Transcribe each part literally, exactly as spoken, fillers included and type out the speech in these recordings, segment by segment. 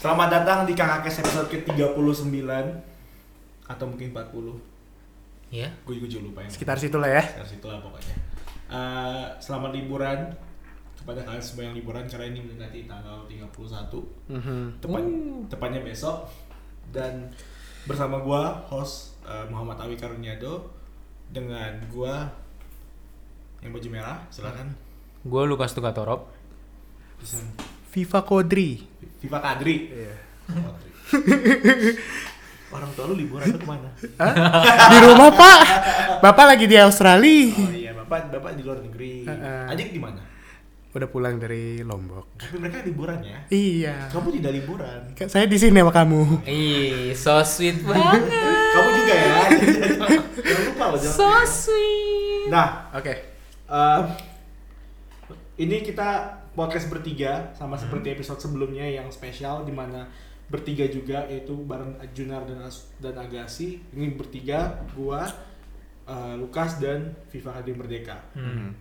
Selamat datang di Kakakes episode ke tiga puluh sembilan atau mungkin empat puluh. Iya. Gue juga lupa ya. Sekitar situ lah ya. Sekitar situ lah pokoknya. Uh, selamat liburan kepada kalian semua yang liburan karena ini mendekati tanggal tiga puluh satu. Mm-hmm. Tepat, uh. Tepatnya besok. Dan bersama gua host uh, Muhammad Awi Karuniado dengan gua yang baju merah, silakan. Gua Lukas Tugatorop. Bisa. Viva Kodri. Viva Kadri. Iya. Kodri. Orang tua lu liburan tuh kemana? Hah? Di rumah Pak. Bapak lagi di Australia. Oh iya, bapak bapak di luar negeri. Uh-uh. Adik di mana? Udah pulang dari Lombok. Tapi mereka liburan ya? Iya. Kamu tidak liburan. Kan saya di sini sama kamu. Ih, so sweet banget. Kamu juga ya. Jangan lupa loh. So sweet. Nah, Oke. Okay. uh, ini kita podcast bertiga sama hmm. seperti episode sebelumnya yang spesial di mana bertiga juga, yaitu bareng Junar dan As- dan Agassi. Ini bertiga, gua, uh, Lukas dan Viva Kadri Merdeka. Hmm.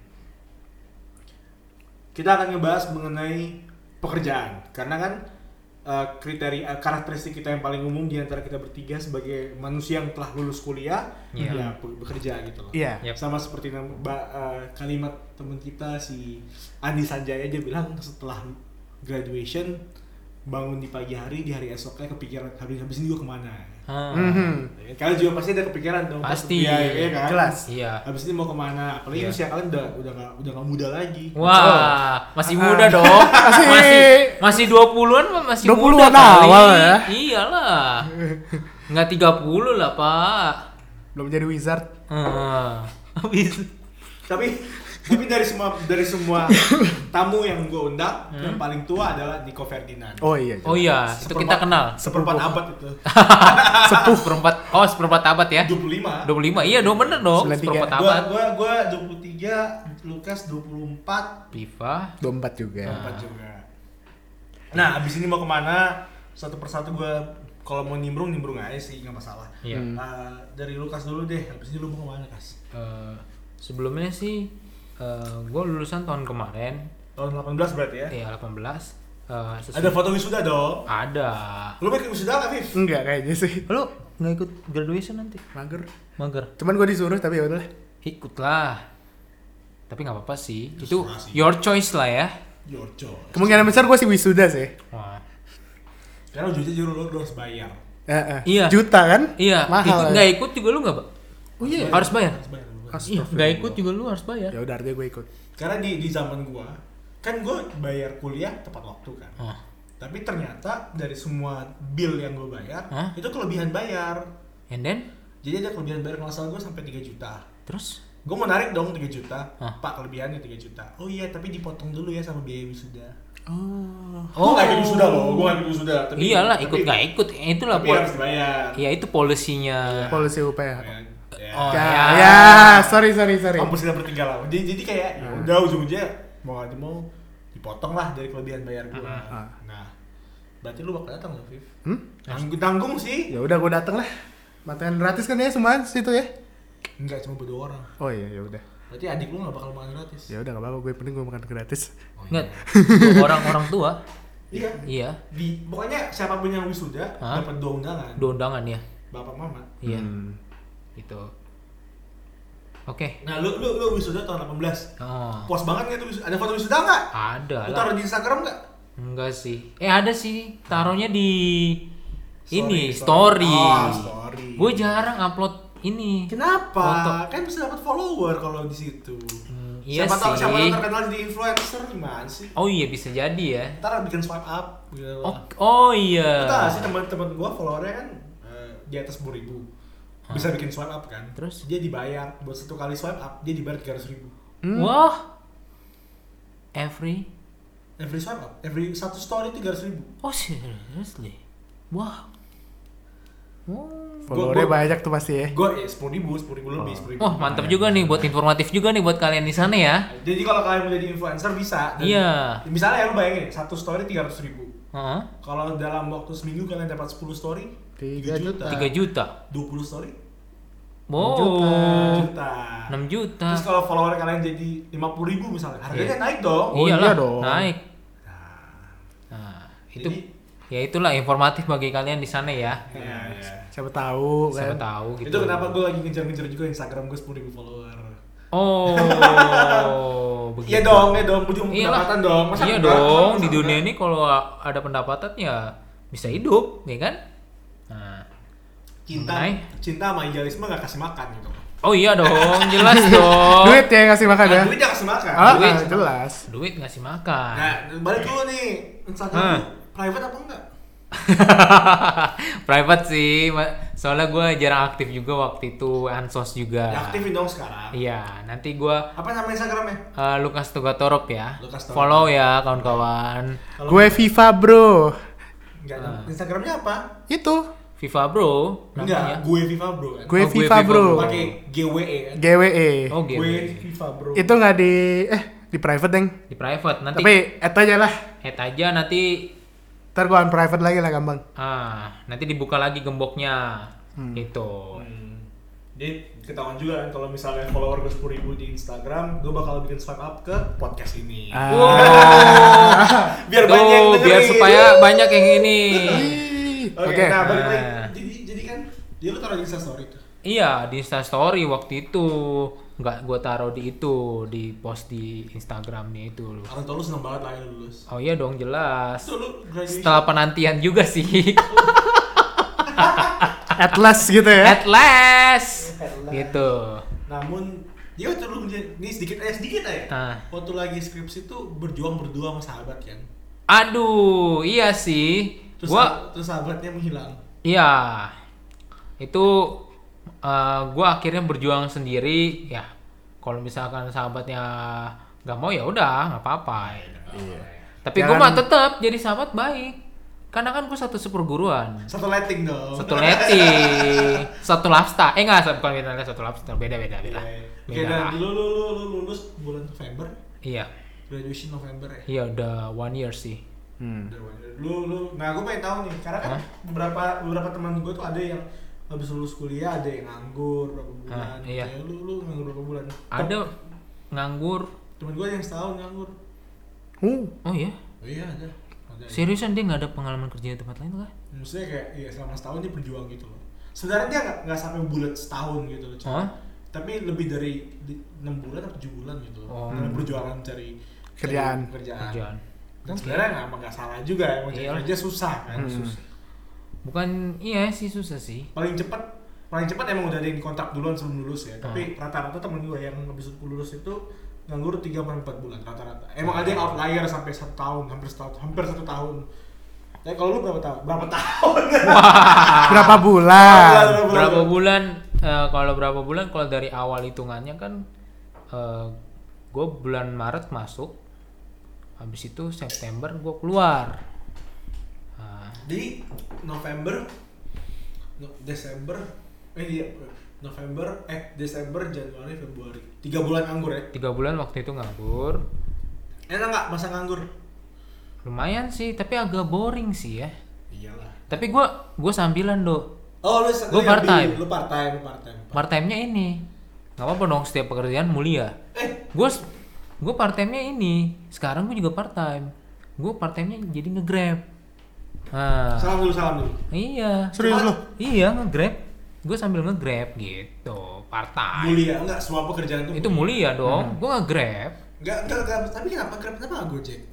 Kita akan ngebahas mengenai pekerjaan karena kan uh, kriteria karakteristik kita yang paling umum di antara kita bertiga sebagai manusia yang telah lulus kuliah, Yeah. ya be- bekerja gitu loh. Iya. Yep. Sama seperti nama, ba- uh, kalimat teman kita si Andi Sanjaya, dia bilang setelah graduation bangun di pagi hari, di hari esoknya kepikiran habis habis ini gue kemana. Ah. Mm-hmm. Kalian juga pasti ada kepikiran dong. Pasti. Ya, ya kan? Jelas. Iya. Habis ini mau kemana? Apalagi Iya. usia kalian udah udah gak, udah gak muda lagi. Wah, masih Ah. muda dong. Masih- masih masih dua puluhan mah masih dua puluhan muda kali. awal ya. Iyalah. Enggak tiga puluh lah, Pak. Belum jadi wizard. Ah. Habis. Tapi tapi dari semua dari semua tamu yang gue undang, Hmm? yang paling tua adalah Nico Ferdinand. Oh iya. Oh iya, itu Seperempat- kita kenal. Seperempat abad itu. Sepuh seperempat. Oh, seperempat abad ya. dua puluh lima. dua puluh lima. Iya, dong bener dong. sembilan tiga. Seperempat Gua abad. gua gua dua puluh tiga, Lukas dua puluh empat, Viva. dua puluh empat juga. Ah. empat juga. Nah, abis ini mau kemana? Satu persatu gue kalau mau nimbrung nimbrung aja sih, nggak masalah. Iya. Hmm. Uh, dari Lukas dulu deh. Abis ini lu mau kemana, Kas? Eh, sebelumnya sih uh, gue lulusan tahun kemarin. Tahun delapan belas berarti ya? Iya, delapan belas. Eh, sesu- Ada foto wisuda dong. Ada. Lu mau ikut wisuda nggak, Viv? Enggak kayaknya sih. Lu nggak ikut graduation nanti? Mager. Mager. Cuman gue disuruh tapi ya udahlah. Ikutlah. Tapi nggak apa-apa sih. Terserah Itu sih. your choice lah ya. Your choice. Kemungkinan besar gue sih wisuda sih. Wah. Karena ujungnya juru lu, lu harus bayar. Eh, eh. Iya. Juta kan? Iya. Mahal. Ikut ya. nggak ikut juga lu nggak, Pak? Oh iya. Harus bayar. Harus bayar. lu. Iya. Nggak ikut juga lu harus bayar. Ya udah artinya gue ikut. Karena di di zaman gua, kan gua bayar kuliah tepat waktu kan. Oh. Tapi ternyata dari semua bill yang gua bayar, Hah? itu kelebihan bayar. And then? Jadi ada kelebihan bayar kalau salah gua sampai tiga juta. Terus? Gue mau narik dong tiga juta. Hah? Pak, kelebihannya tiga juta. Oh iya, tapi dipotong dulu ya sama biaya wisuda. Oh. Gue gak ikut wisuda loh, gue gak ikut wisuda. Tapi, Iyalah, tapi- ikut nggak ikut. Itulah Tapi pol- harus dibayar. Iya, itu polisinya. Polisi U P H. Ya, ya. Oh, Ya, ya. ya, sorry sorry sorry. Kampus kita bertiga lah. Jadi, jadi kayak ya Hmm. udah ujung-ujungnya mau gak mau dipotong lah dari kelebihan bayar gue. Hmm. Nah, berarti lu bakal datang loh, Viv? Hmm? Tanggung, tanggung sih. Ya udah gue dateng lah. Makan gratis kan ya semua situ ya? Enggak, cuma berdua orang. Oh iya ya udah. Berarti adik lu gak bakal makan gratis. Ya udah enggak apa-apa, gue penting gue makan gratis. Oh, Nggak. iya. Orang-orang tua. Iya. Iya. Di, pokoknya siapapun yang wisuda Hah? dapat dua undangan. Dua undangan ya. Bapak mama. Iya. Hmm. Itu. Oke. Nah, lu lu lu wisuda tahun delapan belas. Oh. Puas banget nggak tuh wisuda? Ada foto wisuda nggak? Ada Lu lah. taruh di Instagram nggak? Enggak sih. Eh ada sih. Taruhnya di ini Story, story. Oh, story. Gue jarang upload ini. Kenapa? Foto. Kan bisa dapat follower kalau di situ. Hmm, iya siapa tahu sih. siapa tahu terkenal jadi influencer gimana sih? Oh iya bisa jadi ya. Ntar bikin swipe up gitu. Oh, oh Lu iya. tahu nggak sih teman-teman gua followernya kan eh, di atas sepuluh ribu. Bisa bikin swipe up kan? Terus? Dia dibayar buat satu kali swipe up dia dibayar tiga ratus ribu. Hmm. Wah. Every. Every swipe up, every satu story tiga ratus ribu. Oh seriously. Wah. Oh. Followernya Gua- gua- banyak tuh pasti ya. Gue ya sepuluh ribu, sepuluh ribu lebih, sepuluh ribu. Wah mantap juga nih buat informatif juga nih buat kalian di sana ya. Jadi kalau kalian mau jadi influencer bisa. Dan Iya. Misalnya ya lu bayangin satu story tiga ratus ribu. Heeh. Kalau dalam waktu seminggu kalian dapat sepuluh story, Tiga juta. tiga juta. dua puluh story, Wow. enam juta. enam juta. Terus kalau follower kalian jadi lima puluh ribu misalnya, harganya Iya. naik dong. Oh, Iyalah, iya dong. naik. Nah, Nah, itu jadi ya itulah informatif bagi kalian di sana ya. Iya, iya. Siapa tahu Siapa kan. tahu gitu. Itu kenapa gue lagi ngejar-ngejar juga Instagram gue sepuluh ribu follower. Oh, begitu. Iya dong, iya dong, ujung Iyalah. pendapatan dong. Masa Iya enggak? dong, Masa di dunia enggak? ini kalau ada pendapatan ya bisa hidup, ya kan? Nah, cinta, Mengenai? cinta sama idealisme gak kasih makan gitu. oh iya dong, jelas dong. Duit ya yang ngasih makan ya. Nah, duit jangan kasih makan. Ah, Duit. ah, jelas. Duit ngasih makan. Nah, balik dulu nih, Instagram Hah. lu private apa enggak? Private sih, ma- soalnya gue jarang aktif juga waktu itu, ansos juga. Ya aktifin dong sekarang. Iya, nanti gue Apa nama Instagramnya? uh, Lukas Tugatorop ya. Lukas Tugatorop. Follow ya kawan-kawan. Kalau Gue FIFA bro. enggak, Ah. Instagramnya apa? Itu. FIFA bro, Enggak, namanya. gue FIFA bro kan. Gue Oh, gue FIFA FIFA, bro. bro. Pakai G W E kan. G W E. Oh gitu. Gue FIFA bro. Itu nggak di eh di private deng. Di private nanti. Tapi add aja lah. Add aja nanti. Ntar gua unprivate lagi lah gampang. Ah, nanti dibuka lagi gemboknya. Gitu. Hmm. Jadi ketahuan juga kan kalau misalnya follower gue sepuluh ribu di Instagram, gue bakal bikin swipe up ke podcast ini. Ah. Wow. Biar Tuh, banyak yang dengerin. biar supaya banyak yang ini. Oke, Oke. nah balik lagi. Ah. Jadi, jadi kan dia lu taruh di Instastory tuh. Iya, di Insta Story waktu itu. Nggak gua taruh di itu, di post di Instagramnya itu loh. Orang tua lu seneng banget lah ya lu lulus. Oh iya dong, jelas. Itu lu graduation. Setelah penantian juga sih. At last gitu ya. At last. Gitu. Namun dia waktu lu menjadi- ini sedikit eh sedikit aja. Ah. Waktu lagi skripsi tuh berjuang berdua sama sahabat kan. Aduh, iya sih. Terus Gua terus sahabatnya menghilang. iya. Itu uh, gua akhirnya berjuang sendiri ya. Kalau misalkan sahabatnya nggak mau ya udah, nggak apa-apa. Iya. Tapi gua Jangan- mah tetap jadi sahabat baik. Karena kan gua satu seperguruan. Satu lighting dong. Satu leti, satu lifestyle. Eh enggak, bukan beda satu lifestyle, beda beda beda. Oke, Beda. dan lu, lu, lu, lu lulus bulan November, Iya. graduation November ya. Iya udah one year sih. Hmm. Lu, lu, nah gue pengen tahu nih, karena kan Hah? beberapa beberapa teman gue tuh ada yang habis lulus kuliah, ada yang nganggur berapa bulan. Hah, iya. Kayak lu, lu nganggur berapa bulan? Ada nganggur. Temen gue yang setahun nganggur. Uh. Oh iya. Oh iya ada. ada. Seriusan dia nggak ada pengalaman kerja di tempat lain kah? Maksudnya kayak iya selama setahun dia berjuang gitu loh. Sebenarnya dia nggak nggak sampai bulan setahun gitu loh. Cuma- Hah? Tapi lebih dari di- enam bulan atau tujuh bulan gitu. Oh. Dalam perjuangan cari Kerjaan. cari kerjaan. Kerjaan. Dan sebenarnya nggak nggak salah juga ya, mau cari Iyalah. kerja susah kan. Hmm. Susah. Bukan iya sih susah sih. Paling cepat paling cepat emang udah ada yang kontrak duluan sebelum lulus ya. Hmm. Tapi rata-rata temen gue yang habis lulus itu nganggur tiga sampai empat bulan rata-rata. Emang ada yang outlier sampai satu tahun, hampir satu hampir satu tahun. Tapi kalau lu berapa tahun? Berapa tahun? Berapa bulan? Berapa bulan? eh, kalau berapa bulan? Kalau dari awal hitungannya kan, eh gue bulan Maret masuk, habis itu September gue keluar. Nah, Jadi November, no- Desember, eh iya November, eh Desember, Januari, Februari, tiga bulan nganggur ya? tiga bulan waktu itu nganggur. Enak nggak masa nganggur? Lumayan sih, tapi agak boring sih ya. Iyalah. Tapi gue gue sambilan do. Oh lu Gua lu part time. Lu part time, lu part time. Part time-nya ini. Nggak apa-apa dong, setiap pekerjaan mulia. Eh, Gue gue part time-nya ini. Sekarang gue juga part time. Gue part time-nya jadi nge-grab. Nah, salam dulu, salam dulu. iya. Serius lu? Iya, nge-grab. Gue sambil nge-grab gitu, part time. Mulia, enggak semua pekerjaan itu Itu mulia dong. Gue nge-grab. Enggak, enggak, enggak, tapi kenapa Grab kenapa nggak Gojek?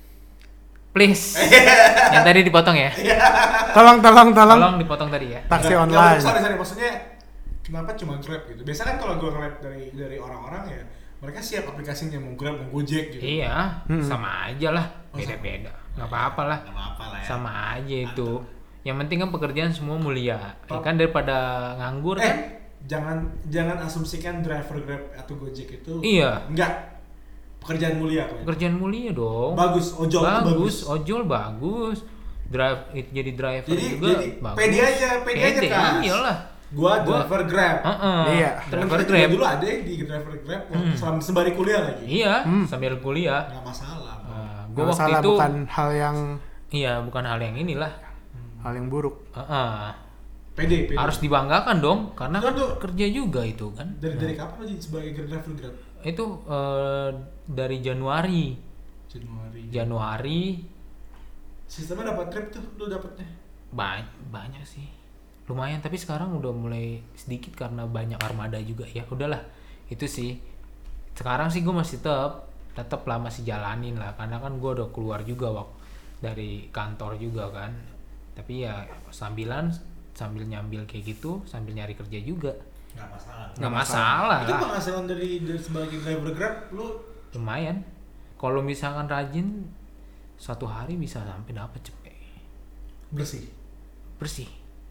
Please. Yang tadi dipotong ya. Tolong, tolong, tolong. Tolong dipotong tadi ya. Taksi Nggak, online. nggak, sorry, sorry, maksudnya kenapa cuma Grab gitu? Biasanya kan kalau gue ngeliat dari dari orang-orang ya, mereka siap aplikasinya mau Grab mau Gojek gitu. Iya, Hmm. sama aja lah. Oh, sama. Beda-beda. Nggak apa-apa lah. Nggak apa-apa lah ya. Sama aja itu. Yang penting kan pekerjaan semua mulia. Ya kan daripada nganggur Eh, kan. jangan jangan asumsikan driver Grab atau Gojek itu Iya. enggak pekerjaan mulia kok. Pekerjaan mulia dong. Bagus, ojol tuh bagus, bagus. ojol bagus. Drive it- jadi driver Jadi juga jadi bagus. pede aja, pede, aja kan. Iyalah. Gua Gua- driver Grab. Heeh. Iya. Temen Driver kita Grab. juga dulu ada yang di driver Grab waktu Hmm. selama sembari kuliah lagi. Iya, Hmm. sambil kuliah. Nggak masalah. Nah, Nggak gua waktu salah, itu bukan hal yang iya, bukan hal yang inilah. hal yang buruk. Heeh. Pede, pede. Harus dibanggakan dong, karena kan Betul. kerja juga itu kan. dari dari kapan lo jadi sebagai driver Grab? Itu eh, dari Januari. Januari. Januari Sistemnya dapat trip tuh, lu dapatnya? Banyak, banyak sih. Lumayan, tapi sekarang udah mulai sedikit karena banyak armada juga ya. Udahlah, itu sih. Sekarang sih gue masih tetap tetap lah masih jalanin lah, karena kan gue udah keluar juga waktu dari kantor juga kan. Tapi ya sambilan sambil nyambil kayak gitu, sambil nyari kerja juga. Nggak masalah. Nggak masalah. Itu penghasilan dari, dari sebagai driver Grab lu Lumayan. Kalau misalkan rajin satu hari bisa sampai dapat cepet. bersih. Bersih.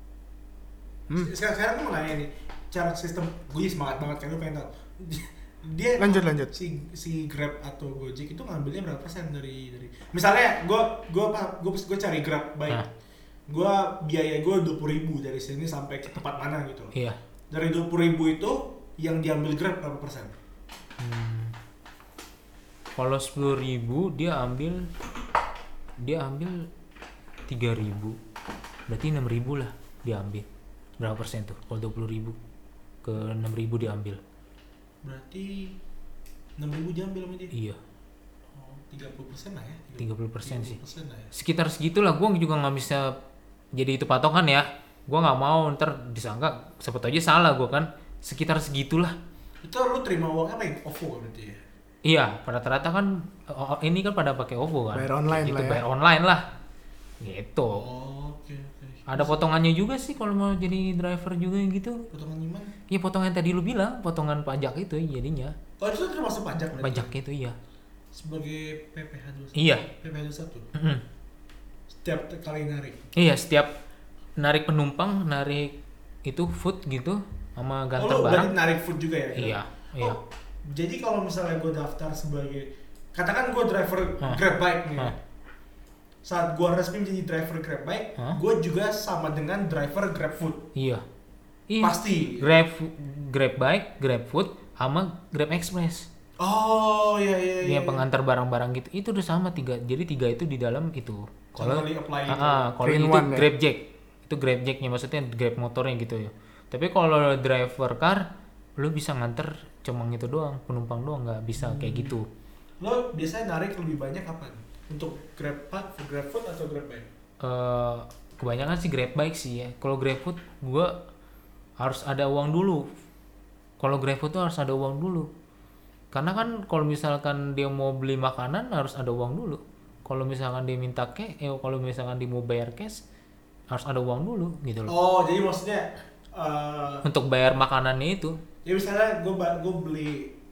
Hmm. Sekarang, sekarang gue mau nanya nih, cara sistem gue semangat banget kan, gue pengen tau dia Lanjut, lanjut. si si Grab atau Gojek itu ngambilnya berapa persen dari dari misalnya gue gue apa gue gue cari Grab baik, Hah? gue biaya gue dua puluh ribu dari sini sampai ke tempat mana gitu. Iya. Dari dua puluh ribu itu yang diambil Grab berapa persen? Hmm. Kalau sepuluh ribu dia ambil dia ambil tiga ribu, berarti enam ribu lah dia ambil. Berapa persen tuh? Kalau dua puluh ribu ke enam ribu diambil. Berarti enam ribu diambil sama dia. Iya. Oh, tiga puluh persen lah ya. tiga puluh persen sih. tiga puluh persen lah ya. Sekitar segitulah, gue juga nggak bisa jadi itu patokan ya. Gue nggak mau ntar disangka sebut aja salah gue kan. Sekitar segitulah. Itu lu terima uangnya apa ya? O V O berarti ya? Iya, rata-rata kan oh, ini kan pada pakai O V O kan. Bayar online gitu, lah ya. bayar online lah. Gitu. Oh, oke oke. Ada potongannya juga sih kalau mau jadi driver juga gitu. Potongan gimana? Iya, potongan tadi lu bilang, potongan pajak itu jadinya. Oh, itu termasuk pajak berarti? Pajak itu iya. Sebagai P P H dua puluh satu? Iya. P P H dua puluh satu? Mm-mm. Setiap kali narik? Iya, setiap narik penumpang, narik itu food gitu sama Oh, gantar lu barang. berarti narik food juga ya? Iya, iya. Oh, jadi kalau misalnya gue daftar sebagai, katakan gue driver Hah. Grab Bike nih, Hah. saat gue resmi menjadi driver Grab Bike, Hah. gue juga sama dengan driver Grab Food. Iya. Iya. Pasti. Grab Grab Bike, Grab Food sama Grab Express. Oh iya iya iya. Yang pengantar barang-barang gitu. Itu udah sama tiga. Jadi tiga itu di dalam itu. Kalau Kalau apply Ah, gitu. ah, kalau Three in itu one, ya? Grab Jack. Itu Grab Jacknya maksudnya Grab motornya gitu ya. Tapi kalau driver car lu bisa nganter cuma gitu doang, penumpang doang, nggak bisa Hmm. kayak gitu. Lo biasanya narik lebih banyak kapan? Untuk Grab Pack, Grab Food atau Grab Bike? Eh, kebanyakan sih Grab Bike sih ya. Kalau Grab Food gua harus ada uang dulu. Kalau Grab Food tuh harus ada uang dulu. Karena kan kalau misalkan dia mau beli makanan harus ada uang dulu. Kalau misalkan dia minta cash, eh kalau misalkan dia mau bayar cash harus ada uang dulu gitu loh. Oh jadi maksudnya uh, Untuk bayar makanannya itu. ya misalnya gue gue beli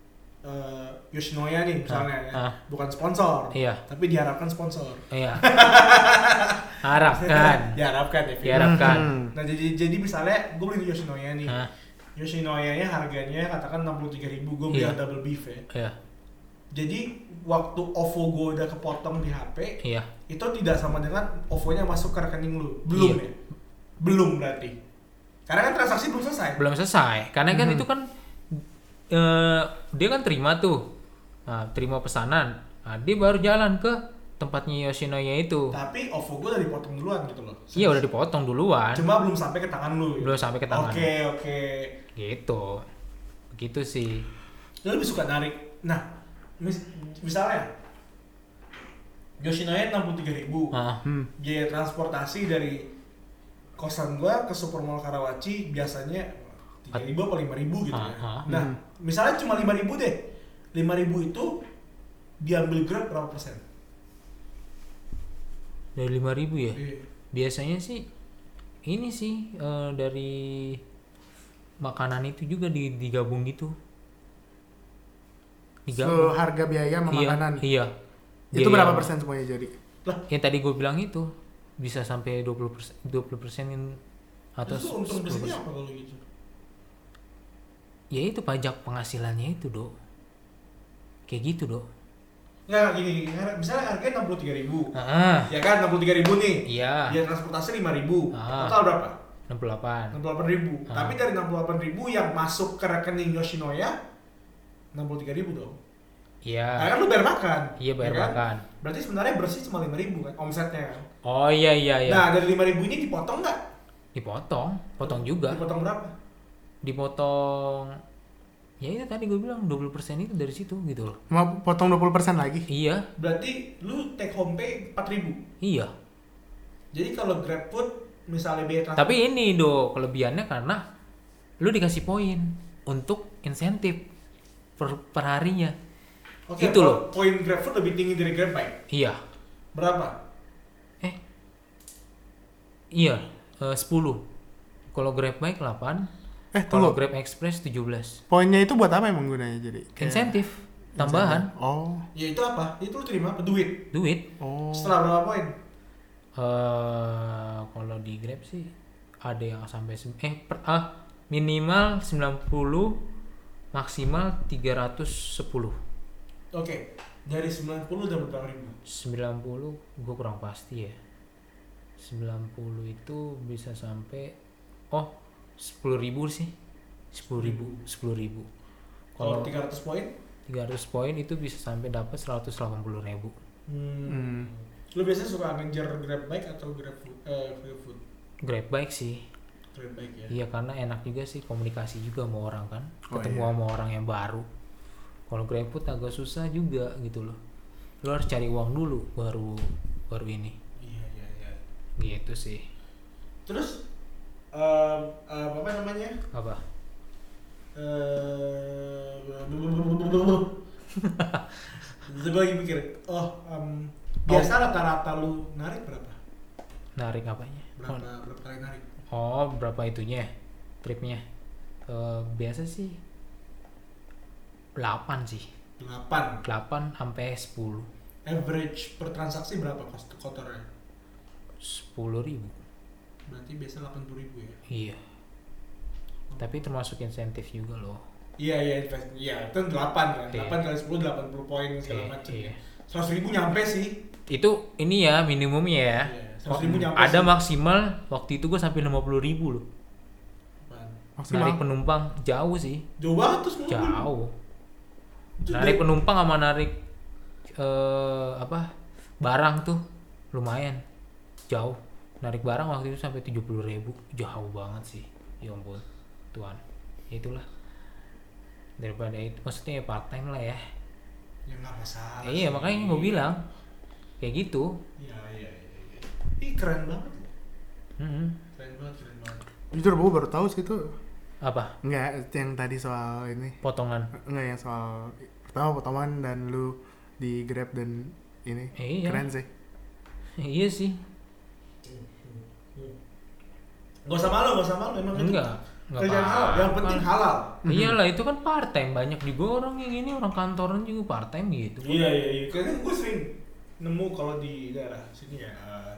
uh, Yoshinoya nih misalnya ya, ah. bukan sponsor, Iya. tapi diharapkan sponsor. Iya. Harapkan. Diharapkan ya. Vin. Diharapkan. Hmm. Nah jadi jadi misalnya gue beli Yoshinoya nih, Hah? Yoshinoya-nya harganya katakan enam puluh tiga ribu, gue beli Iya. yang double beef ya. Iya. Jadi waktu O V O gue udah kepotong di H P, Iya. itu tidak sama dengan O V O-nya masuk ke rekening lu, belum Iya. ya? Belum berarti. Karena kan transaksi belum selesai. Belum selesai. Karena kan Mhm. itu kan eh, dia kan terima tuh. Nah, terima pesanan. Nah, dia baru jalan ke tempatnya Yoshinoya itu. Tapi O V O gue udah dipotong duluan gitu loh. Iya, udah dipotong duluan. Cuma belum sampai ke tangan lu. Belum sampai ke tangan. Oke oke. Gitu. Begitu sih. Lu lebih suka narik. Nah, mis- misalnya Yoshinoya enam puluh tiga ribu. Ah, Hmm. Biaya transportasi dari kosan gua ke Supermall Karawaci biasanya tiga ribu atau lima ribu gitu ya. Ah, ah. Nah, Hmm. misalnya cuma lima ribu deh. lima ribu itu diambil Grab berapa persen? dari lima ribu ya. Iya. Biasanya sih ini sih eh, dari makanan itu juga di- digabung gitu. So, harga biaya sama Iya, makanan. iya. Itu Biaya- berapa persen semuanya jadi? Lah, Yang tadi gue bilang itu bisa sampai dua puluh persen, dua puluh persenin atau terus lu untung sepuluh di sini persen. apa kalau gitu? Ya itu pajak penghasilannya itu, Dok. Kayak gitu, Dok. Nggak, gini, gini, misalnya harganya enam puluh tiga ribu. Ah, Ya kan, enam puluh tiga ribu nih. iya. Biaya transportasi lima ribu. Ah. Total berapa? enam puluh delapan. enam puluh delapan ribu. Ah. Tapi dari enam puluh delapan ribu yang masuk ke rekening Yoshinoya enam puluh tiga ribu dong. Iya. Nah, kan lu bayar makan. Iya, bayar ya kan? makan. Berarti sebenarnya bersih cuma lima ribu kan omsetnya kan. Oh iya iya iya. Nah, dari lima ribu ini dipotong nggak? Dipotong, potong juga. Dipotong berapa? Dipotong. Ya itu tadi gue bilang dua puluh persen itu dari situ gitu loh. Mau potong dua puluh persen lagi? Iya, Berarti lu take home pay empat ribu. iya. Jadi kalau GrabFood misalnya biaya transport. Tapi ini do kelebihannya karena lu dikasih poin untuk insentif per, per harinya. Oke, Gitu po- loh. poin GrabFood lebih tinggi dari GrabBike. Iya. Berapa? Eh. Iya, eh, sepuluh. Kalau Grabbike delapan, Eh, kalau tunggu. Grab Express tujuh belas. Poinnya itu buat apa emang gunanya jadi? Kayak- Insentif tambahan Insentif. Oh. Ya itu apa? Itu lu terima apa? Duit. duit. Oh. Setelah berapa poin? Eh kalau di Grab sih ada yang sampai sem- eh per, ah minimal sembilan puluh, maksimal tiga ratus sepuluh. Oke. Dari sembilan puluh udah berapa ribu? sembilan puluh gue kurang pasti ya. sembilan puluh itu bisa sampai oh sepuluh ribu sih. sepuluh ribu, sepuluh ribu. Kalau Kalau tiga ratus poin? tiga ratus poin itu bisa sampai dapat seratus delapan puluh ribu. Hmm. Hmm. Lu biasanya suka ngejar GrabBike atau GrabFood? Eh, GrabFood. Grabbike sih. GrabBike ya. Iya karena enak juga sih komunikasi juga sama orang kan. Oh, Ketemu iya. sama orang yang baru. Kalau GrabFood agak susah juga gitu loh. Lu harus cari uang dulu baru baru ini. Iya, iya, iya. Gitu sih. Terus eh eh, apa namanya? Apa? Eh, Terus gue lagi mikir, oh, em, biasa rata-rata lu narik berapa? Narik apanya? Berapa berapa kali narik? Oh, berapa itunya? Tripnya? Eh, biasa sih delapan sih. delapan. delapan sampai sepuluh. Average per transaksi berapa cost kotornya? sepuluh ribu. Berarti biasa delapan puluh ribu ya? Iya. Tapi termasuk insentif juga loh. Iya, iya, invest. Iya, itu delapan kan. Iya. delapan kali sepuluh, delapan puluh poin segala Iya, macam iya. ya. seratus ribu nyampe sih. Itu ini ya minimumnya ya. Iya, seratus ribu nyampe Ada sih. maksimal waktu itu gue sampai lima puluh ribu loh. Apaan? Maksimal. Narik penumpang jauh sih. Jauh banget tuh semua. Jauh. Itu Narik dari- penumpang sama narik eh apa? Barang tuh lumayan. Jauh. Narik barang waktu itu sampai tujuh puluh ribu. Jauh banget sih. Ya ampun. Tuhan. Itulah. Daripada itu maksudnya ya part time lah ya. Ya nggak masalah. Eh, iya sih. makanya gue bilang kayak gitu. Iya, iya, iya. iya. Ih, keren banget. Mm-mm. Keren banget, keren banget. Jujur gue baru tahu sih itu. Apa? Enggak, yang tadi soal ini. Potongan. Enggak yang soal pertama potongan dan lu di Grab dan ini. Eh, iya. Keren sih. Iya sih. Gak usah malu, gak usah malu. Emang itu Enggak. Enggak kerjaan halal. Yang penting halal. Iyalah itu kan part time, banyak juga orang yang ini orang kantoran juga part time gitu. Iya, iya, iya. Karena gue sering nemu kalau di daerah sini ya. eh,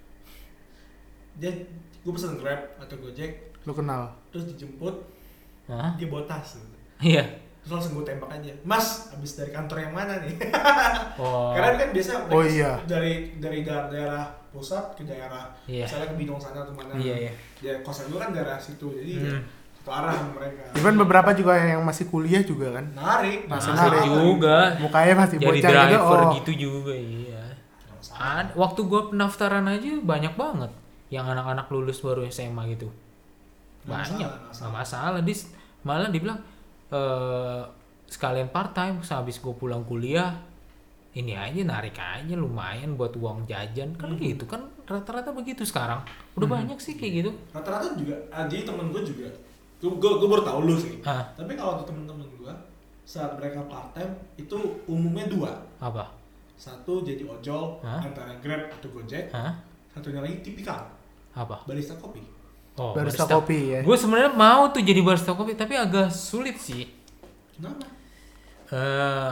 dia gue pesen Grab atau Gojek, Lu kenal. terus dijemput, Hah? dia bawa tas. Iya. Terus langsung gue tembak aja. Mas, habis dari kantor yang mana nih? Oh. Karena kan biasa Oh, mereka iya. dari dari daerah, daerah pusat ke daerah Iya. misalnya ke Binong sana atau mana. Iya, iya. Ya kosan gue kan daerah situ. Jadi ya, Hmm. satu arah sama mereka. Even beberapa juga yang masih kuliah juga kan. Narik, Masih Masuk narik. juga. Mukanya masih Jadi bocah gitu. driver Oh. gitu juga iya. Nggak masalah. Ad, waktu gua pendaftaran aja banyak banget yang anak-anak lulus baru S M A gitu. Nggak Banyak. masalah, nggak Nggak masalah. Dis, malah dibilang eh sekalian part time sehabis gua pulang kuliah ini aja narik aja lumayan buat uang jajan kan Hmm. gitu kan rata-rata begitu sekarang udah Hmm. banyak sih kayak gitu. Rata-rata juga, ah, jadi temen gue juga, gue, gue, gue baru tau lu sih. Ah, Tapi kalau di temen-temen gue, saat mereka part time itu umumnya dua. apa? Satu jadi ojol Hah? antara Grab atau Gojek, Hah? satunya lagi tipikal Apa? barista kopi. Oh, Barista kopi ya. Gue sebenarnya mau tuh jadi barista kopi tapi agak sulit sih. Kenapa? Eh,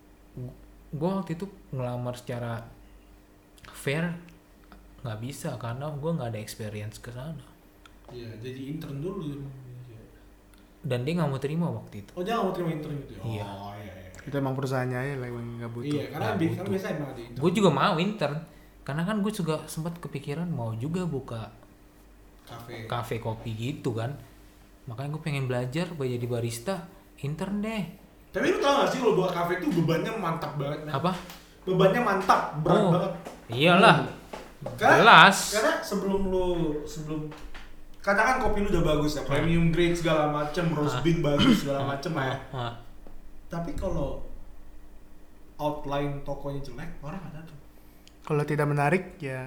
gue waktu itu ngelamar secara fair nggak bisa karena gue nggak ada experience ke sana Iya, jadi intern dulu. dan dia nggak mau terima waktu itu. Oh, dia nggak mau terima intern gitu ya? Iya. Oh, iya, iya. Itu emang perusahaannya aja lah yang nggak butuh. Iya, karena Nggak bi- butuh. kan biasa emang ada intern. Gue juga mau intern karena kan gue juga sempat kepikiran mau juga buka Cafe. kafe kopi gitu kan. Makanya gue pengen belajar buat jadi barista intern deh. Tapi lu tau gak sih kalau buka kafe itu bebannya mantap banget, men. Apa? Bebannya mantap, berat Oh. banget. Iyalah. Karena, Jelas. Karena sebelum lu sebelum katakan kopi lu udah bagus ya, premium grade segala macem, roast Ah. bean bagus segala macem ya. Ah, Tapi kalau outline tokonya jelek, orang nggak datang. Kalau tidak menarik ya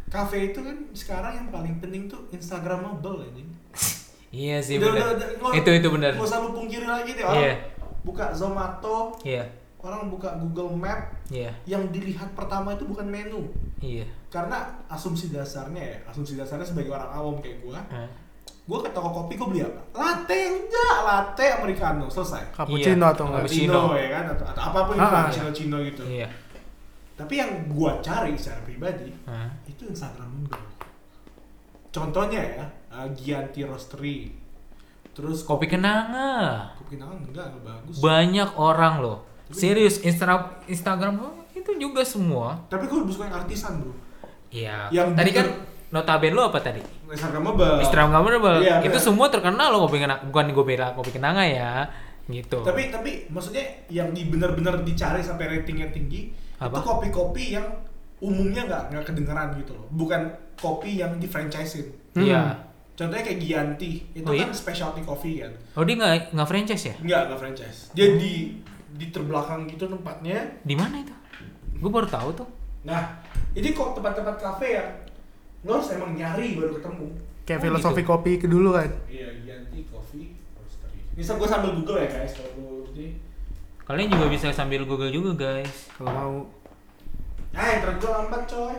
kafe itu kan sekarang yang paling penting tuh Instagramable anjing. Iya sih Udah, benar. udah, udah, nggak- Itu itu benar. Nggak usah lu pungkiri lagi deh orang Iya. buka Zomato, Iya. orang buka Google Map, Iya. yang dilihat pertama itu bukan menu. Iya. Karena asumsi dasarnya ya, asumsi dasarnya sebagai orang awam kayak gua, Hah? gua ke toko kopi gua beli apa? Latte, enggak, latte americano, selesai. Cappuccino Iya, atau enggak? cappuccino. ya kan atau, atau apapun itu, Ah, ah. cappuccino gitu. Iya. Tapi yang gua cari secara pribadi Hah? itu Instagramable. Contohnya ya, uh, Gianti Roastery. Terus Kopi kenanga. kopi kenangan enggak, enggak bagus. Banyak orang loh. Serius Insta Instagram lo itu juga semua. Tapi gua lebih suka yang artisan, Bro. Iya. Yang Tadi kan bener- notabene lo apa tadi? Instagramable. Instagramable. Iya, Itu bener. semua terkenal loh kopi kenanga. Bukan gue bela kopi kenanga ya. Gitu. Tapi tapi maksudnya yang di benar-benar dicari sampai ratingnya tinggi Apa? itu kopi-kopi yang umumnya nggak nggak kedengeran gitu loh. Bukan kopi yang di franchisein. Iya. Contohnya kayak Gianti, itu Oh, iya? kan specialty coffee kan. Oh dia nggak nggak franchise ya? Enggak, enggak franchise. Dia di di terbelakang gitu tempatnya. Di mana itu? Gue baru tahu tuh. Nah, ini kok tempat-tempat kafe yang lo harus emang nyari baru ketemu. Kayak Oh, filosofi gitu. kopi ke dulu kan. Iya, Gianti Coffee Roastery. Ini gue sambil Google ya guys, kalau lu ini. Kalian juga bisa sambil Google juga guys. Kalau mau. Ah, yang gue lambat coy.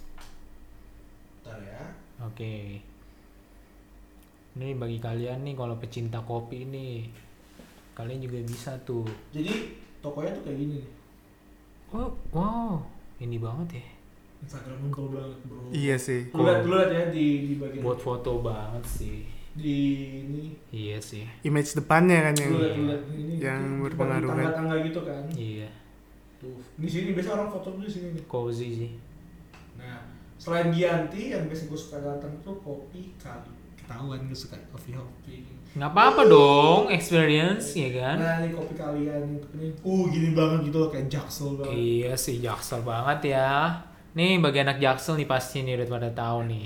Bentar ya. Oke. Ini bagi kalian nih kalau pecinta kopi nih, kalian juga bisa tuh. Jadi tokonya tuh kayak gini nih. Oh, wow, ini banget ya. Instagramable banget bro. Iya sih. Lu lihat, lu lihat ya di di bagian Buat foto banget sih. di ini. Iya sih. Image depannya kan yang Lu lihat, lu lihat ini. yang di- di berpengaruh kan. Tangga-tangga gitu kan. Iya. Tuh. Di sini biasa orang foto dulu di sini nih. Cozy sih. Nah, selain Gianti yang biasa gue suka datang tuh kopi kali. Ketahuan gue suka kopi hopping. Nggak apa-apa dong, experience ya kan? Nah, ini kopi kalian yang ini. Uh, gini banget gitu loh kayak jaksel banget. Iya sih, Jaksel banget ya. Nih bagi anak Jaksel nih pasti nih udah pada tahu nih.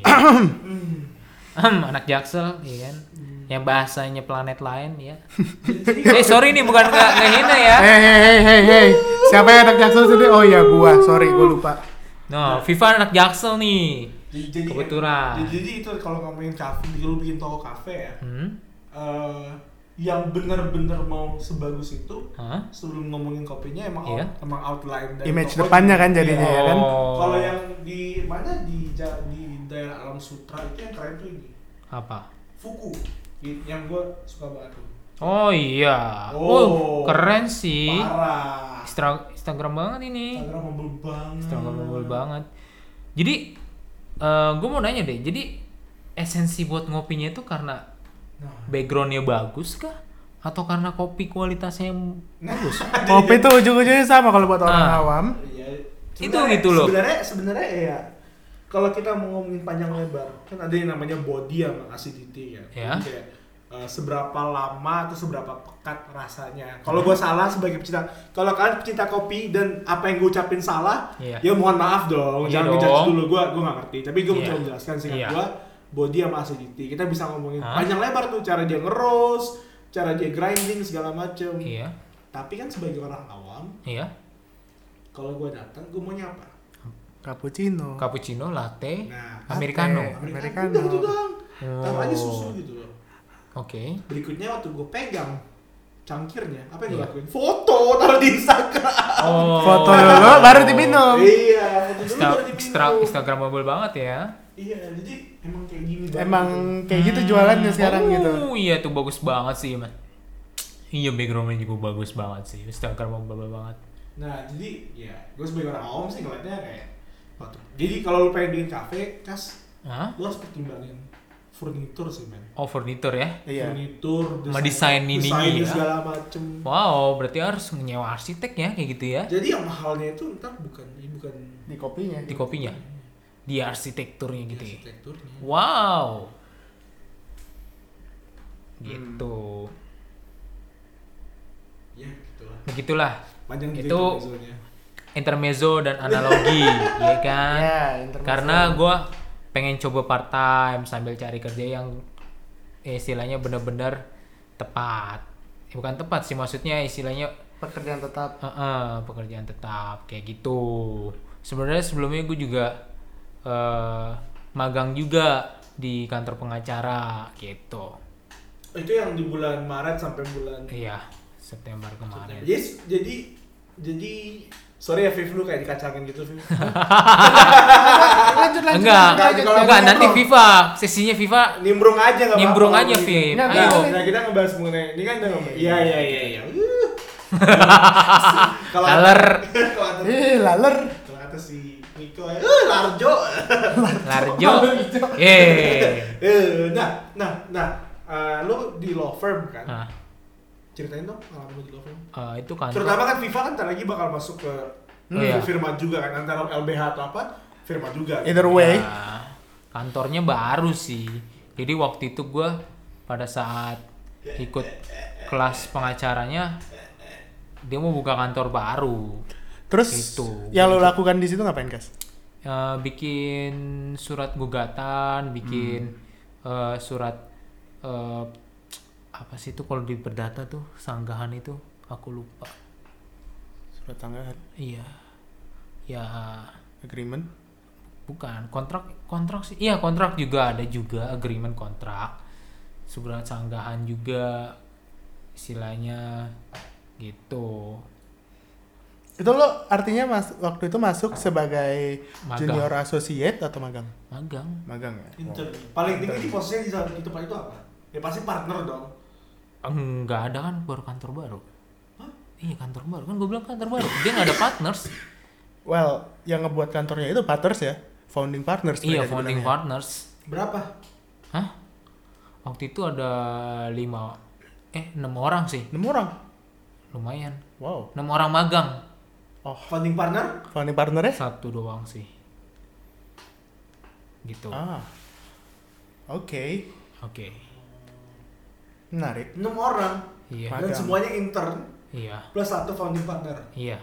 Hmm. anak Jaksel, iya kan? Yang bahasanya planet lain ya. Jadi, Eh sorry nih bukan nggak ngehina ya. Hei hei hei hei hei. Siapa yang anak Jaksel sendiri? Oh iya gua, sorry gua lupa. No, Viva anak Jaksel nih. jadi, jadi, Kebetulan. Jadi, jadi itu kalau ngomongin kafe, lu bikin toko kafe ya. Hmm? eh, yang benar-benar mau sebagus itu Hah? sebelum ngomongin kopinya emang Iya. out- emang outline dari Image tokonya. depannya kan jadinya Iya. ya kan. Oh. Kalau yang di mana di ja- di daerah Alam Sutra itu yang keren tuh ini Apa? Fuku. Di- yang gue suka banget tuh. Oh iya. Oh. Oh, keren sih. Parah. Instra- Instagram banget ini. Instagramable banget. Instagramable banget. Jadi eh gue mau nanya deh. Jadi esensi buat ngopinya itu karena Nah, backgroundnya bagus kah? Atau karena kopi kualitasnya yang bagus? Kopi tuh ujung-ujungnya sama kalau buat orang Ah. awam. iya. Itu Sebenarnya- gitu loh. Sebenarnya sebenarnya ya kalau kita mau ngomongin panjang lebar kan ada yang namanya body sama acidity ya. Ya. Jadi kayak eh, seberapa lama atau seberapa pekat rasanya. Kalau gue salah sebagai pecinta, kalau kalian pecinta kopi dan apa yang gue ucapin salah, Iya. ya mohon maaf dong. Iya Jangan dong. ngejudge dulu, gue gue nggak ngerti. Tapi gue Iya. mencoba menjelaskan singkat Iya. gue body sama acidity. Kita bisa ngomongin Hah? panjang lebar tuh cara dia ngeroast, cara dia grinding segala macem. Iya. Tapi kan sebagai orang awam, Iya. kalau gue datang, gue maunya apa? Cappuccino. Cappuccino, latte, Nah, americano. latte. Americano. Americano. Udah gitu doang. Oh. Tambah aja susu gitu loh. Oke. Berikutnya waktu gue pegang cangkirnya, apa yang gue Iya. lakuin? Foto, taruh di Instagram. Oh. Foto dulu baru diminum. Iya, foto dulu Insta baru diminum. Instra- Instagramable banget ya. Iya, jadi emang kayak gini banget. Emang gitu. kayak gitu jualannya sekarang oh, gitu. iya tuh bagus banget sih, man. Iya, backgroundnya juga bagus banget sih. Instagramable banget. Nah, jadi ya gue sebagai orang awam sih ngeliatnya kayak waktu. Jadi kalau lu pengen bikin kafe, kas, Hah? lu harus pertimbangin furnitur sih, men. Oh, furnitur ya? Iya. Furnitur, Sama desain ininya desainnya ya. segala macem. Wow, berarti harus nyewa arsitek ya kayak gitu ya? Jadi yang mahalnya itu ntar bukan ini bukan Di kopinya. Di kopinya, di arsitekturnya gitu ya. arsitekturnya. Wow. Gitu. Ya, gitulah. Begitulah Panjang juga Itu- intermezzonya. intermezzo dan analogi, ya kan? Ya, intermezzo. Karena gue pengen coba part time sambil cari kerja yang eh, istilahnya bener-bener tepat. Eh, bukan tepat sih, maksudnya istilahnya pekerjaan tetap. eh, eh, pekerjaan tetap kayak gitu. Sebenarnya sebelumnya gue juga uh, magang juga di kantor pengacara gitu. Itu yang di bulan Maret sampai bulan Iya, September kemarin. Jadi jadi jadi sorry ya Viv, lu kayak dikacangin gitu Viv. lanjut lanjut. Enggak, lanjut, kalau enggak mau nanti ngobrol. FIFA, sesinya FIFA Nimbrung aja enggak apa-apa. nimbrung aja Gitu. Viv. Nggak, Ayo. nggak. Nah, kita ngebahas mengenai ini kan udah ngomong. Iya iya iya iya. Kalau Laler. kalau ada Eh, laler. kalau ada si Niko ya, eh Larjo. Larjo. Eh. Eh, nah, nah, nah, eh, lu di law firm kan? Nah, Ceritain dong pengalaman lu di law firm. uh, itu kantor. Terutama kan FIFA kan ntar lagi bakal masuk ke Oh, iya. firma juga kan, antara L B H atau apa, firma juga. Either way. Nah, kantornya baru sih. Jadi waktu itu gue pada saat ikut kelas pengacaranya, dia mau buka kantor baru. Terus Itu. yang lo lakukan di situ ngapain, Kas? Uh, bikin surat gugatan, bikin uh, surat uh, apa sih itu kalau di perdata tuh sanggahan itu aku lupa. Surat tanggahan, Iya, ya agreement. bukan kontrak kontrak sih. Iya kontrak juga ada juga agreement kontrak, surat sanggahan juga istilahnya gitu. Itu lo artinya mas waktu itu masuk sebagai Magang. junior associate atau magang? Magang. Magang ya. Intern. Paling tinggi di posisinya di, saat- di tempat itu apa? Ya pasti partner dong. Enggak ada kan baru kantor baru. Hah? Iya kantor baru kan gue bilang kantor baru. Dia nggak ada partners. Well, yang ngebuat kantornya itu partners ya, founding partners. Iya mereka founding dibilangnya. partners. Berapa? Hah? Waktu itu ada lima eh enam orang sih. Enam orang. Lumayan. Wow. Enam orang magang. Oh, Founding partner? founding partnernya? Satu doang sih. Gitu. Ah. Oke. Oke. Menarik. enam orang. Iya. Dan Magang. semuanya intern Iya. plus satu founding partner. Iya.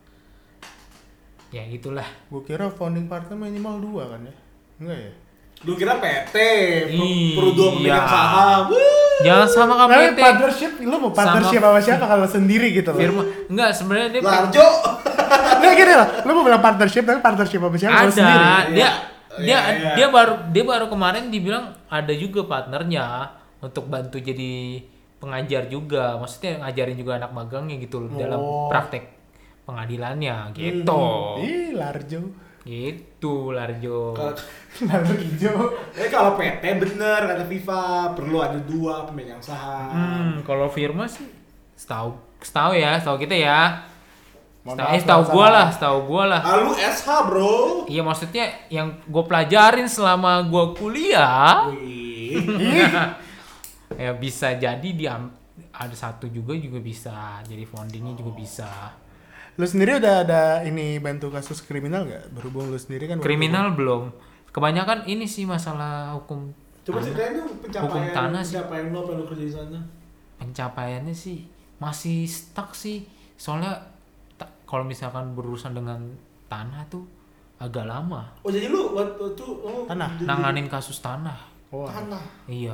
Ya gitulah. Gue kira founding partner minimal dua kan ya? Enggak ya? Lu kira P T, Iya. perlu dua pemegang saham. Wuh. Jangan sama Nah, K P T. partnership, lu mau partnership sama siapa kalau sendiri gitu loh? Firma enggak sebenarnya dia Larjo. Nggak gini loh, lu mau bilang partnership tapi partnership sama siapa kalau sendiri? ada. Dia Iya. dia Iya, iya. dia baru dia baru kemarin dibilang ada juga partnernya untuk bantu jadi pengajar juga. Maksudnya ngajarin juga anak magangnya gitu loh dalam Oh. praktek pengadilannya gitu. Ih, Larjo. Gitu Larjo. Kalau Larjo hijau. eh, kalau P T bener kata FIFA perlu ada dua pemegang saham. Hmm, kalau firma sih setahu setahu ya, setahu kita ya. Mohon Setahu maaf, eh, setahu salah. gua lah, setahu gua lah. Ah, lu S H bro. Iya maksudnya yang gue pelajarin selama gue kuliah Wih. ya bisa jadi dia ada satu juga juga bisa jadi foundingnya juga bisa. Lu sendiri udah ada ini bantu kasus kriminal nggak? Berhubung lu sendiri kan waktu- Kriminal belum. Kebanyakan ini sih masalah hukum. Coba tanah. ceritain dong Hukum pencapaian tanah sih. pencapaian lo apa yang lo kerja di sana. Pencapaiannya sih masih stuck sih. Soalnya ta- kalau misalkan berurusan dengan tanah tuh agak lama. Oh jadi lu waktu itu oh, Tanah? jadi- Nanganin kasus tanah. Wah. tanah. Iya.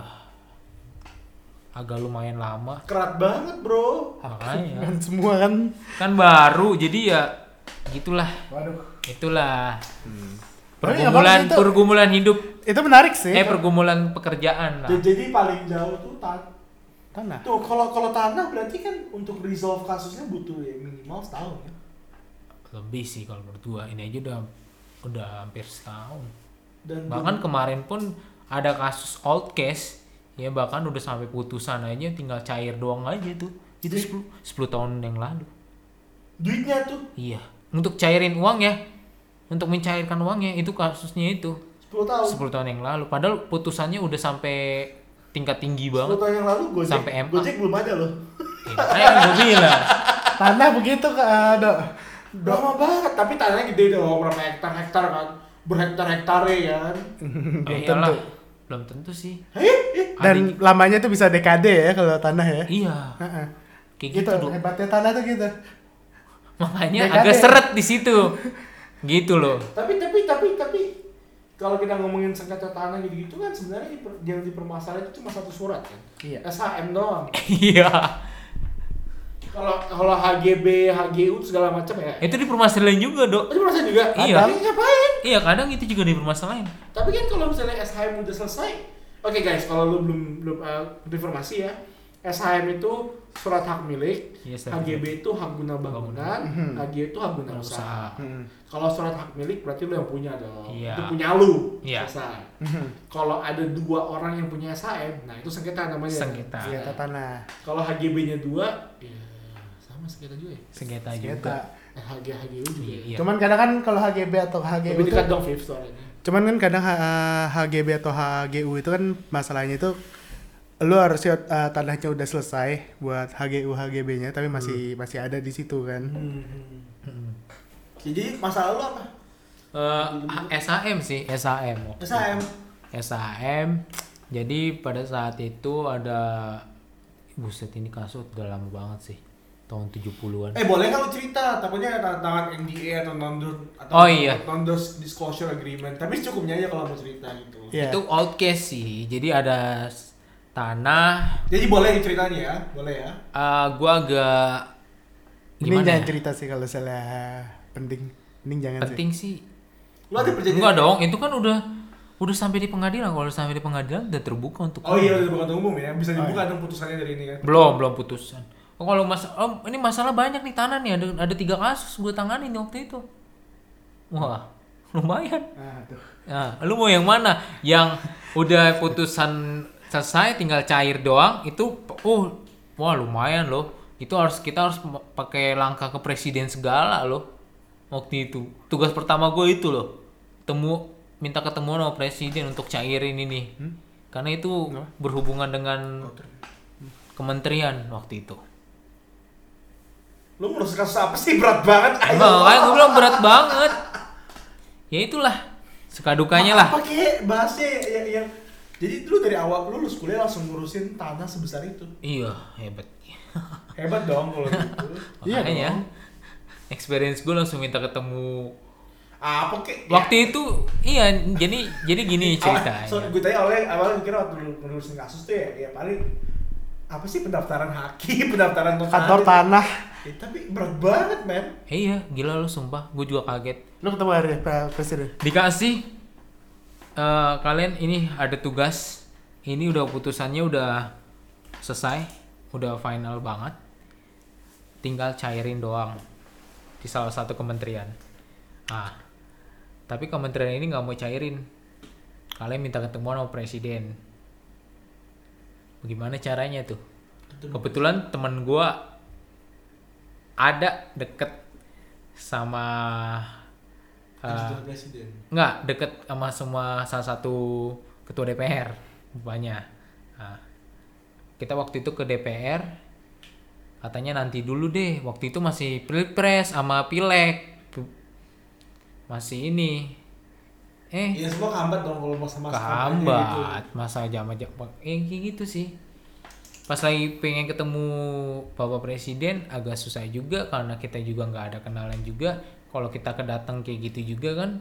Agak lumayan lama. Kerat banget bro. Makanya. Kan semua kan. Kan baru jadi ya gitulah. Waduh. Itulah. Oh iya, Pergumulan Bang, itu- pergumulan hidup Itu menarik sih. eh pergumulan pekerjaan lah. Jadi- Jadi paling jauh tuh tan Tanah. tuh kalau kalau tanah berarti kan untuk resolve kasusnya butuh ya minimal setahun ya. Lebih sih kalau menurut gua. Ini aja udah udah hampir setahun. Dan Bahkan kemarin pun ada kasus old case ya bahkan udah sampai putusan aja tinggal cair doang aja tuh. Itu sepuluh, sepuluh tahun yang lalu. duitnya tuh Iya. Untuk cairin uang ya. Untuk mencairkan uangnya itu kasusnya itu sepuluh tahun. sepuluh tahun yang lalu. Padahal putusannya udah sampai tingkat tinggi sepuluh banget. tahun yang lalu Gojek, Sampai M A. Gojek belum ada loh. Ya, makanya gue bilang. Tanah begitu Kak. Dok. Lama banget, tapi tanahnya gede dong, berapa hektar-hektar kan. Berhektar-hektar ya kan. Belum Ya iyalah. tentu. Belum tentu sih. Eh, eh. Dan lamanya tuh bisa dekade ya kalau tanah ya. Iya. Heeh. Kayak Gitu, gitu, dong. hebatnya tanah tuh gitu. Makanya Dekade. agak seret di situ. Gitu loh. Tapi tapi tapi tapi kalau kita ngomongin sengketa tanah gitu-gitu kan sebenarnya diper- yang dipermasalahin itu cuma satu surat kan. Iya. S H M doang. Iya. Kalau kalau H G B, H G U segala macam ya. Itu dipermasalahin juga, Dok. Itu merasa juga. Iya. Tapi ngapain? Iya, kadang itu juga dipermasalahin. Tapi kan kalau misalnya S H M udah selesai, oke guys, kalau lu belum belum uh, informasi ya, S H M itu surat hak milik, Yes, H G B itu hak guna bangunan, Mhm. H G itu hak guna Usaha. usaha. Hmm. Kalau surat hak milik berarti lu yang punya dong. Iya. Itu punya lu. Iya. Selesai. Mhm. Kalau ada dua orang yang punya S H M, nah itu sengketa namanya. Sengketa. Iya. Sengketa tanah. Kalau H G B-nya dua, ya sama sengketa juga ya. Sengketa Sengketa. juga. Eh, H G H G U juga. ya. Iya. Cuman kadang kan kalau H G B atau H G U Lebih itu, dekat dong Viv suaranya. cuman kan kadang H- H G B atau H G U itu kan masalahnya itu lu harus uh, tanahnya udah selesai buat H G U H G B-nya tapi masih masih ada di situ kan. Hmm. Hmm. Jadi masalah lu apa? Eh, S H M sih, S H M. waktu S H M. itu. S H M. Jadi pada saat itu ada buset ini kasus udah lama banget sih. Tahun tujuh puluhan. Eh boleh nggak lu cerita? Takutnya tanda tangan N D A atau non atau Oh, iya. non disclosure agreement. Tapi secukupnya aja kalau mau cerita gitu. Iya. Itu out case sih. Jadi ada s- tanah. Jadi boleh ceritanya ya, boleh ya. eh, gua agak Ini gimana jangan ya? cerita sih kalau salah penting. Ini jangan Penting sih. Lu ada perjanjian? Enggak dong, itu kan udah udah sampai di pengadilan. Kalau udah sampai di pengadilan udah terbuka untuk Oh iya udah bukan umum ya, bisa Oh, dibuka iya. dong putusannya dari ini kan. belum belum putusan. Oh, kalau mas oh, ini masalah banyak nih tanah nih, ada ada tiga kasus gue tangani nih waktu itu. Wah, lumayan. Ah, tuh. Nah, lu mau yang mana? Yang udah putusan selesai tinggal cair doang itu oh wah lumayan loh. Itu harus kita harus m- pakai langkah ke presiden segala loh. Waktu itu tugas pertama gue itu loh. Temu minta ketemu sama presiden untuk cairin ini. Karena itu Kenapa? berhubungan dengan kementerian waktu itu. Lu ngurus kasus apa sih, berat banget? Ayo. Makanya gue bilang berat banget. Ya itulah sekadukanya lah. Apa kek bahasnya yang, yang jadi lu dari awal lu lulus kuliah langsung ngurusin tanah sebesar itu. Iya, hebat. Hebat dong kalau gitu. Iya Makanya dong. experience gue langsung minta ketemu. Apa kek? Waktu itu iya jadi jadi gini ceritanya. So, gue tanya awalnya awalnya kira waktu lu ngurusin kasus tuh ya, ya paling apa sih pendaftaran hakim, pendaftaran notaris. Kantor tanah. Eh, tapi berat banget, men. Eh, iya, gila lu sumpah, gue juga kaget. Lu ketemu hari Pak Presiden? Dikasih eh, kalian ini ada tugas. Ini udah putusannya udah selesai, udah final banget. Tinggal cairin doang di salah satu kementerian. Ah, tapi kementerian ini nggak mau cairin. Kalian minta ketemu sama presiden. Bagaimana caranya tuh? Kebetulan teman gua ada deket sama uh, Presiden. nggak deket sama semua salah satu ketua D P R rupanya. Nah, kita waktu itu ke D P R katanya nanti dulu deh, waktu itu masih pilpres sama pileg masih ini eh Iya semua kehambat dong kalau masa-masa kehambat masa jam jam eh kayak gitu sih. Pas lagi pengen ketemu Bapak Presiden agak susah juga karena kita juga nggak ada kenalan juga. Kalau kita kedatang kayak gitu juga kan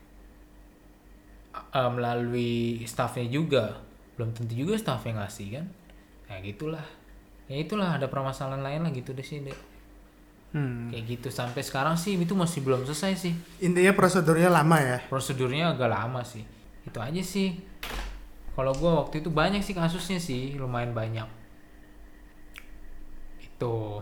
uh, melalui staffnya juga belum tentu juga staffnya ngasih kan. Nah gitulah. Ya itulah ada permasalahan lain lah gitu deh sih deh. Hmm. Kayak gitu sampai sekarang sih itu masih belum selesai sih. Intinya prosedurnya lama ya. Prosedurnya agak lama sih. Itu aja sih. Kalau gua waktu itu banyak sih kasusnya sih, lumayan banyak. Itu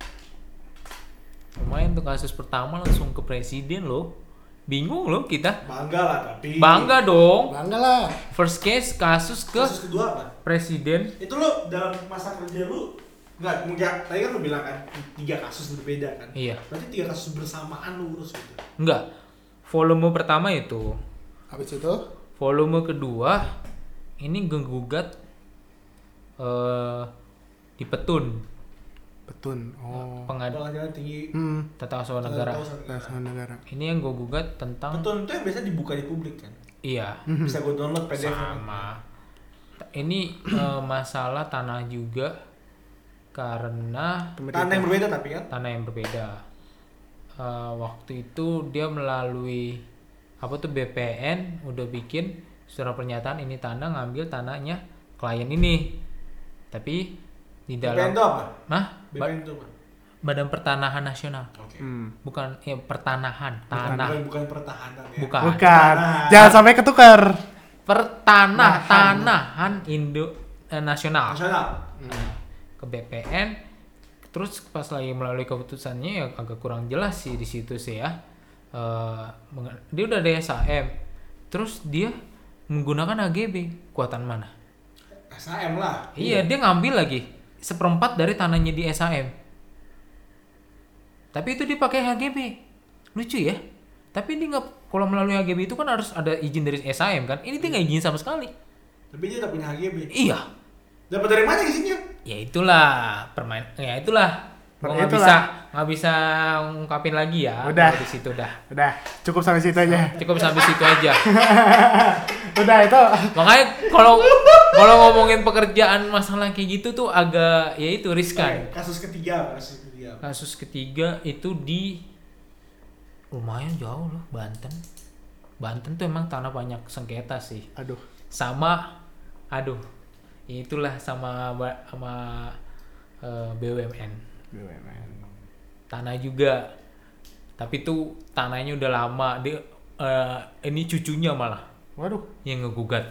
lumayan tuh kasus pertama langsung ke presiden loh. Bingung loh kita. Bangga lah tapi. Bangga dong. Bangga lah. First case kasus ke Kasus kedua apa? presiden. Itu lo dalam masa kerja lu enggak mungkin tadi kan lu bilang kan tiga kasus berbeda kan. Iya. Berarti tiga kasus bersamaan lu urus gitu. Enggak. Volume pertama itu. Habis itu Volume kedua ini menggugat eh di Petun. Petun. Oh. Pengadilan Pengadilan tinggi Hmm. Tata Usaha Negara. Dasar negara. Ini yang gue gugat tentang Betul itu yang biasa dibuka di publik kan. iya Bisa gue download P D F. sama. Ini eh, masalah tanah juga karena Tanah yang berbeda tapi kan. tanah yang berbeda. Eh, waktu itu dia melalui apa tuh B P N udah bikin surat pernyataan ini tanah ngambil tanahnya klien ini. Tapi di B P N dalam itu apa? Hah? B P N itu apa? Badan Pertanahan Nasional. Oke. Hmm. Bukan ya pertanahan, Bukan, tanah. bukan, bukan pertahanan ya. Bukan. Bukan. Nah. Jangan sampai ketukar. Pertanah, Nahan. Tanahan Indo eh, Nasional. Nasional. Ke B P N. Terus pas lagi melalui keputusannya ya agak kurang jelas sih di situ sih ya. Eh, menge- dia udah ada S A M. Terus dia menggunakan A G B. Kuatan mana? S A M lah. Iya, dia ngambil lagi seperempat dari tanahnya di S A M. Tapi itu dia pakai H G B. Lucu ya. Tapi dia nggak, kalau melalui H G B itu kan harus ada izin dari S A M kan. Ini dia nggak izin sama sekali. Tapi dia udah punya H G B. Iya. Dapat dari mana isinya? Ya itulah permain. Ya itulah. Gua nggak Itulah. bisa nggak bisa ngungkapin lagi ya. Udah. kalau di situ udah. Udah, cukup sampai situ aja. Cukup sampai situ aja. Udah itu. Makanya kalau kalau ngomongin pekerjaan masalah kayak gitu tuh agak ya itu riskan. Oke, kasus ketiga, kasus ketiga. Kasus ketiga itu di lumayan jauh loh, Banten. Banten tuh emang tanah banyak sengketa sih. Aduh. Sama aduh. Itulah sama ba- sama eh, B U M N. B U M N. Tanah juga. Tapi tuh tanahnya udah lama. Dia eh, ini cucunya malah Waduh. yang ngegugat.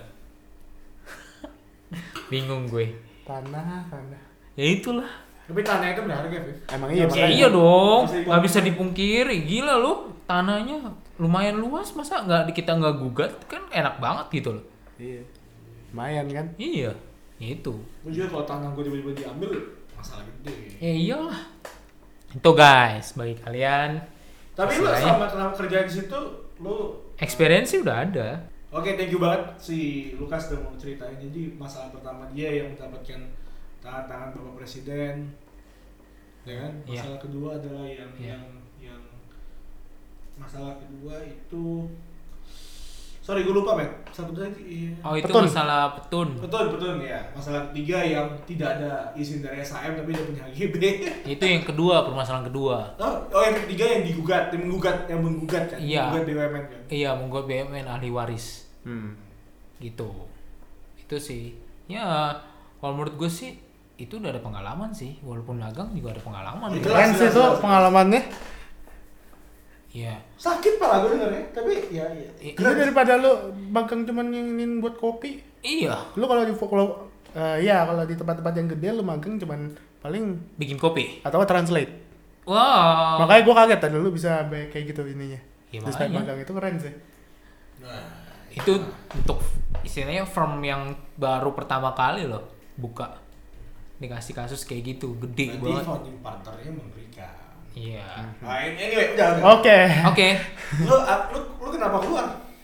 Bingung gue. Tanah, tanah. Ya itulah. Tapi tanah itu berharga, Viv. Emang iya, Ya makanya. iya dong, Bisa nggak bisa dipungkiri. Gila lu, tanahnya lumayan luas, masa nggak kita nggak gugat kan enak banget gitu loh. Iya. Lumayan kan? Iya, ya itu. Gue juga kalau tanah gue tiba-tiba diambil, masalah gede. Ya iyalah. Itu guys, bagi kalian Tapi lu istilahnya- selama selama kerja di situ, lu experience udah ada. Oke, thank you banget si Lukas udah mau ceritain. Jadi masalah pertama dia yang mendapatkan tangan-tangan Bapak Presiden, ya kan? Iya. Masalah kedua adalah yang Iya. yang yang masalah kedua itu, sorry gue lupa bet. Satu lagi. Iya. Oh itu Petun. masalah petun. Betul betul ya. Masalah ketiga yang tidak ada izin dari S A M tapi dia punya H G B. Itu yang kedua, permasalahan kedua. Oh, oh yang ketiga yang digugat, yang menggugat, yang menggugat kan? Iya. Menggugat B U M N kan? Iya, menggugat B U M N ahli waris. Hmm. Gitu. Itu sih. Ya, kalau menurut gue sih itu udah ada pengalaman sih. Walaupun magang juga ada pengalaman. Itu ya. Keren sih jelas, tuh jelas. pengalamannya. Iya. Sakit pala gue dengernya, tapi ya iya. I- Itu daripada lu magang cuman nginin buat kopi. Iya. Lu kalau di kalau eh, ya kalau di tempat-tempat yang gede lu magang cuman paling Bikin kopi. atau translate. Wow. Makanya gua kaget tadi lu bisa be- kayak gitu ininya. Ya, Terus makanya. magang itu keren sih. Nah, Itu untuk istilahnya firm yang baru pertama kali loh buka dikasih kasus kayak gitu gede berarti banget. founding partnernya mengerikan. Iya. Nah, ini anyway, udah udah. Oke. Oke. Lu, ah, lu, lu kenapa keluar?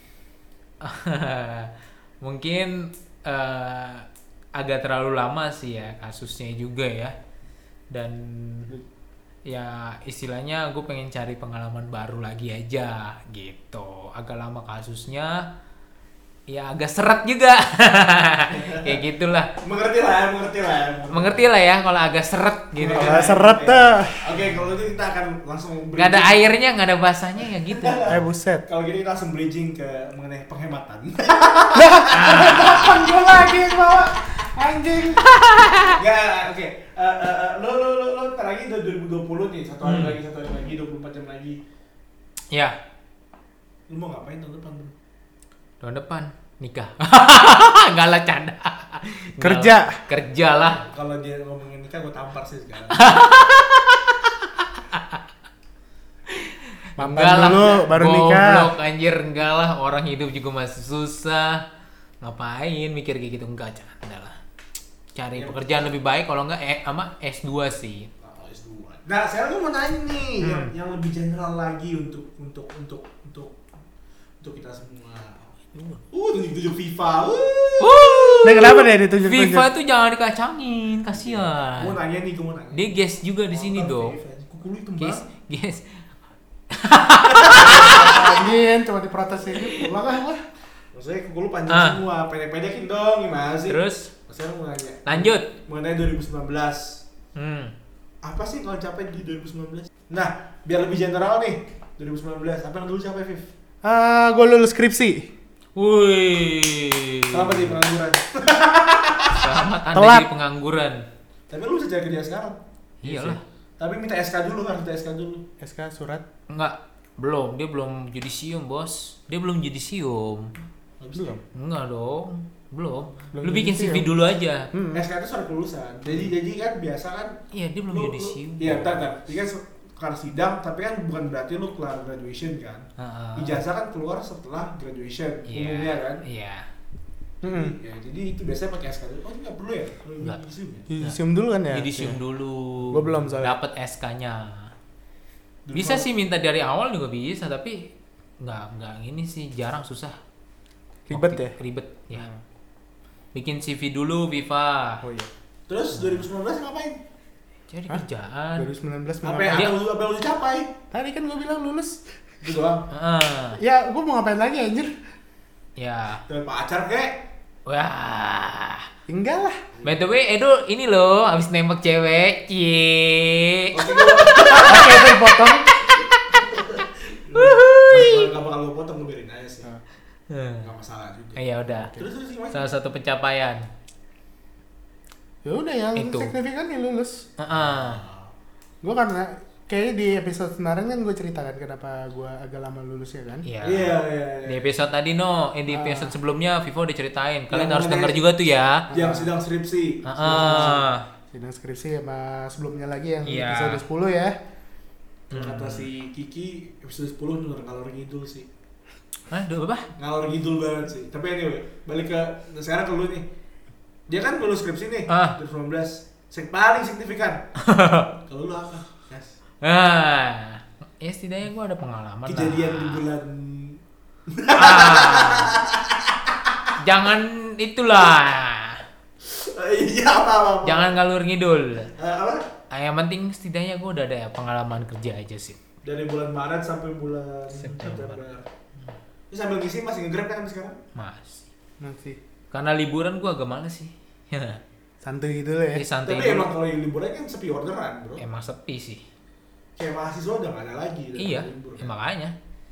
Mungkin eh, agak terlalu lama sih ya kasusnya juga ya. Dan ya istilahnya gue pengen cari pengalaman baru lagi aja gitu. Agak lama kasusnya, ya agak seret juga. Kayak gitulah. Mengerti lah, ya, mengerti lah. ya. Mengerti lah ya kalau agak seret gitu. Kalau seret tuh. Oke, kalau itu kita akan langsung Gak ada bridging. airnya, gak ada basahnya ya gitu. Eh buset. Kalau gini kita langsung bridging ke mengenai penghematan. Kapan gua lagi yang bawa anjing. Enggak, oke. Eh, eh, eh, Lu lu lu lu ntar lagi udah dua ribu dua puluh nih, satu hari Hmm. lagi, satu hari lagi, dua puluh empat jam lagi. Ya, Lu mau ngapain tahun depan, Bro? tahun depan nikah. Gak lah canda. Nggak Kerja. lah. Kerja lah. Kalau dia ngomongin nikah gue tampar sih sekarang. Makan Enggak lah. dulu baru nikah. Goblok anjir, enggak lah. Orang hidup juga masih susah. Ngapain mikir kayak gitu? Enggak, canda lah. Cari Ya. pekerjaan lebih baik kalau enggak eh sama S dua sih. Oh, S dua. Nah, sekarang gue mau nanya nih Hmm. yang, yang lebih general lagi untuk untuk untuk untuk untuk kita semua. Uh, tunjuk-tunjuk FIFA. Uh. Nah, kenapa deh ditunjuk-tunjuk? FIFA tuh jangan dikacangin, kasihan. Gue nanya nih, gue mau nanya. Dia guest juga di sini Nonton dong. FIFA. Kuku lu hitam Guys, banget. guys. Anjing, coba diprotes ini. Ulang ah lah. Maksudnya kuku lu panjang Ah. semua, pendek-pendekin dong, gimana sih? Terus Sekarang mau nanya. lanjut. Mengenai dua ribu sembilan belas. Hmm. Apa sih kalau capai di dua ribu sembilan belas? Nah, biar lebih general nih, dua ribu sembilan belas. Apa yang dulu capai, Viv? Ah, gua lulus skripsi. Wih. Selamat di pengangguran. Selamat Anda Telat. jadi pengangguran. Tapi lu bisa cari kerja sekarang. Iyalah. Tapi minta S K dulu, harus minta S K dulu. S K surat. Enggak, belum. Dia belum judisium, Bos. Dia belum judisium. Belum. Enggak dong. Belum. Belum Lu bikin C V judisium. dulu aja. Hmm. S K itu surat kelulusan. Jadi jadi kan biasa kan. Iya, dia belum lu- judisium. lu- Iya, bentar, bentar. Dia kan kelar sidang, tapi kan bukan berarti lu kelar graduation kan. Heeh. Ijazah kan keluar setelah graduation Iya. umumnya kan. Iya. Hmm. Ya, jadi itu biasanya pakai S K dulu. Oh, nggak perlu ya? Perlu Nggak. judisium ya? Judisium dulu kan ya? Judisium Iya. dulu. Gua belum soalnya. Dapat S K-nya. Dulu Bisa kan- sih minta dari awal juga bisa, tapi nggak nggak ini sih jarang susah. Ribet Oke, ya? Ribet ya. Bikin C V dulu, Viva. Oh iya. Terus dua ribu sembilan belas ngapain? Cari Hah? kerjaan. dua ribu sembilan belas mau Apa ngapain? yang Dia- apa lu apa yang lu capai? Tadi kan gua bilang lulus. Itu doang. Heeh. Ya, gua mau ngapain lagi anjir? Ya. Dengan pacar kek? Wah. Enggak lah. By the way, Edo ini loh habis nembak cewek. Cie. Oke, gua Oke, itu dipotong. nggak bakal lu potong, lu biarin aja sih. Hmm. Nggak masalah juga. Eh, ya udah. Terus terus gimana? Salah satu pencapaian. Ya udah yang Itu. signifikan ya lulus. Heeh. Gua karena kayaknya di episode kemarin kan gue ceritakan kenapa gua agak lama lulus ya kan. Iya. Iya, iya, iya. Di episode tadi no, eh, di Ah. episode sebelumnya Vivo udah ceritain. Kalian Yang harus mengenai- denger juga tuh ya. Yang sedang skripsi. Heeh. Sidang skripsi sama sebelumnya lagi yang Iya. episode sepuluh ya. Kata si Kiki episode sepuluh bener ngalor ngidul sih. Hah, udah apa? Ngalor ngidul banget sih. Tapi anyway, balik ke sekarang ke lu nih. Dia kan lulus skripsi nih, Ah. dua ribu sembilan belas. Yang paling signifikan. Kalau lu apa? Yes. Ah, ya setidaknya gue ada pengalaman Kejadian lah. di bulan Ah. Jangan itulah. iya apa apa. apa. Jangan ngalur ngidul. Eh, apa? Ah, yang penting setidaknya gue udah ada pengalaman kerja aja sih. Dari bulan Maret sampai bulan September. September. Terus sambil ngisi masih nge-grab kan sampai sekarang? Mas. Masih Karena liburan gue agak males sih. santai gitu lah ya. Jadi santai Tapi emang dulu. kalau yang liburan kan sepi orderan, bro. Emang sepi sih. Kayak mahasiswa udah gak ada lagi. udah Iya, nggak libur. eh, makanya.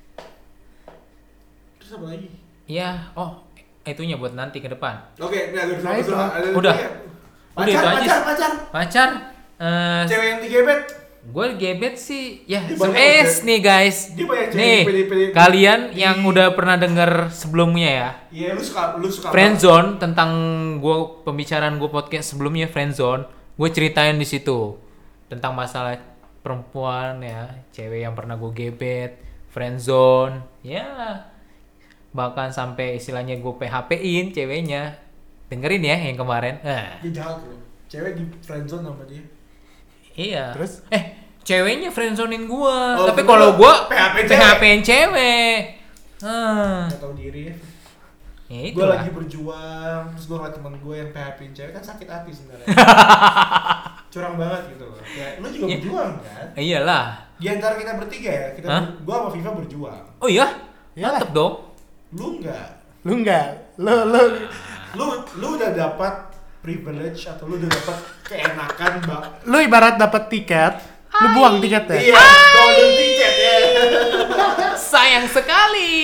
Terus apa lagi? Iya, oh itunya buat nanti ke depan. Oke, nah, ada Nah, itu. ada Udah. lagi ya? Udah, Pacar, itu aja. pacar, pacar. Pacar, eh Cewek yang digebet. gue gebet sih, ya Dia banyak eh cewek- nih guys. dia banyak cewek Nih, pede-pede- kalian di- yang udah pernah denger sebelumnya ya. Iya, lu suka lu suka Friendzone tentang gue pembicaraan gue podcast sebelumnya friendzone, gue ceritain di situ tentang masalah perempuan ya, cewek yang pernah gue gebet, friendzone, ya bahkan sampai istilahnya gue P H P-in ceweknya, dengerin ya yang kemarin. Nah, Dia jahat loh. Cewek di friendzone sama dia. iya. Terus? eh ceweknya friendzonein gue, Oh, tapi bener. kalau gue P H P P H P-in cewek. Hmm. Gak tau diri ya. Ya Gue itulah. lagi berjuang, terus gue ngeliat temen gue yang P H P-in cewek kan sakit hati sebenarnya. Curang banget gitu loh. Ya, lu juga Ya. berjuang kan? Iyalah. Di antara kita bertiga ya, kita Hah? ber- gua sama Viva berjuang. Oh iya? Iyalah. Mantep dong. Lu enggak. Lu enggak. Lu lu Lu lu udah dapat privilege atau lu udah dapat keenakan, Mbak. lu ibarat dapat tiket, lu buang tiketnya. Iya, golden ticket ya. Sayang sekali.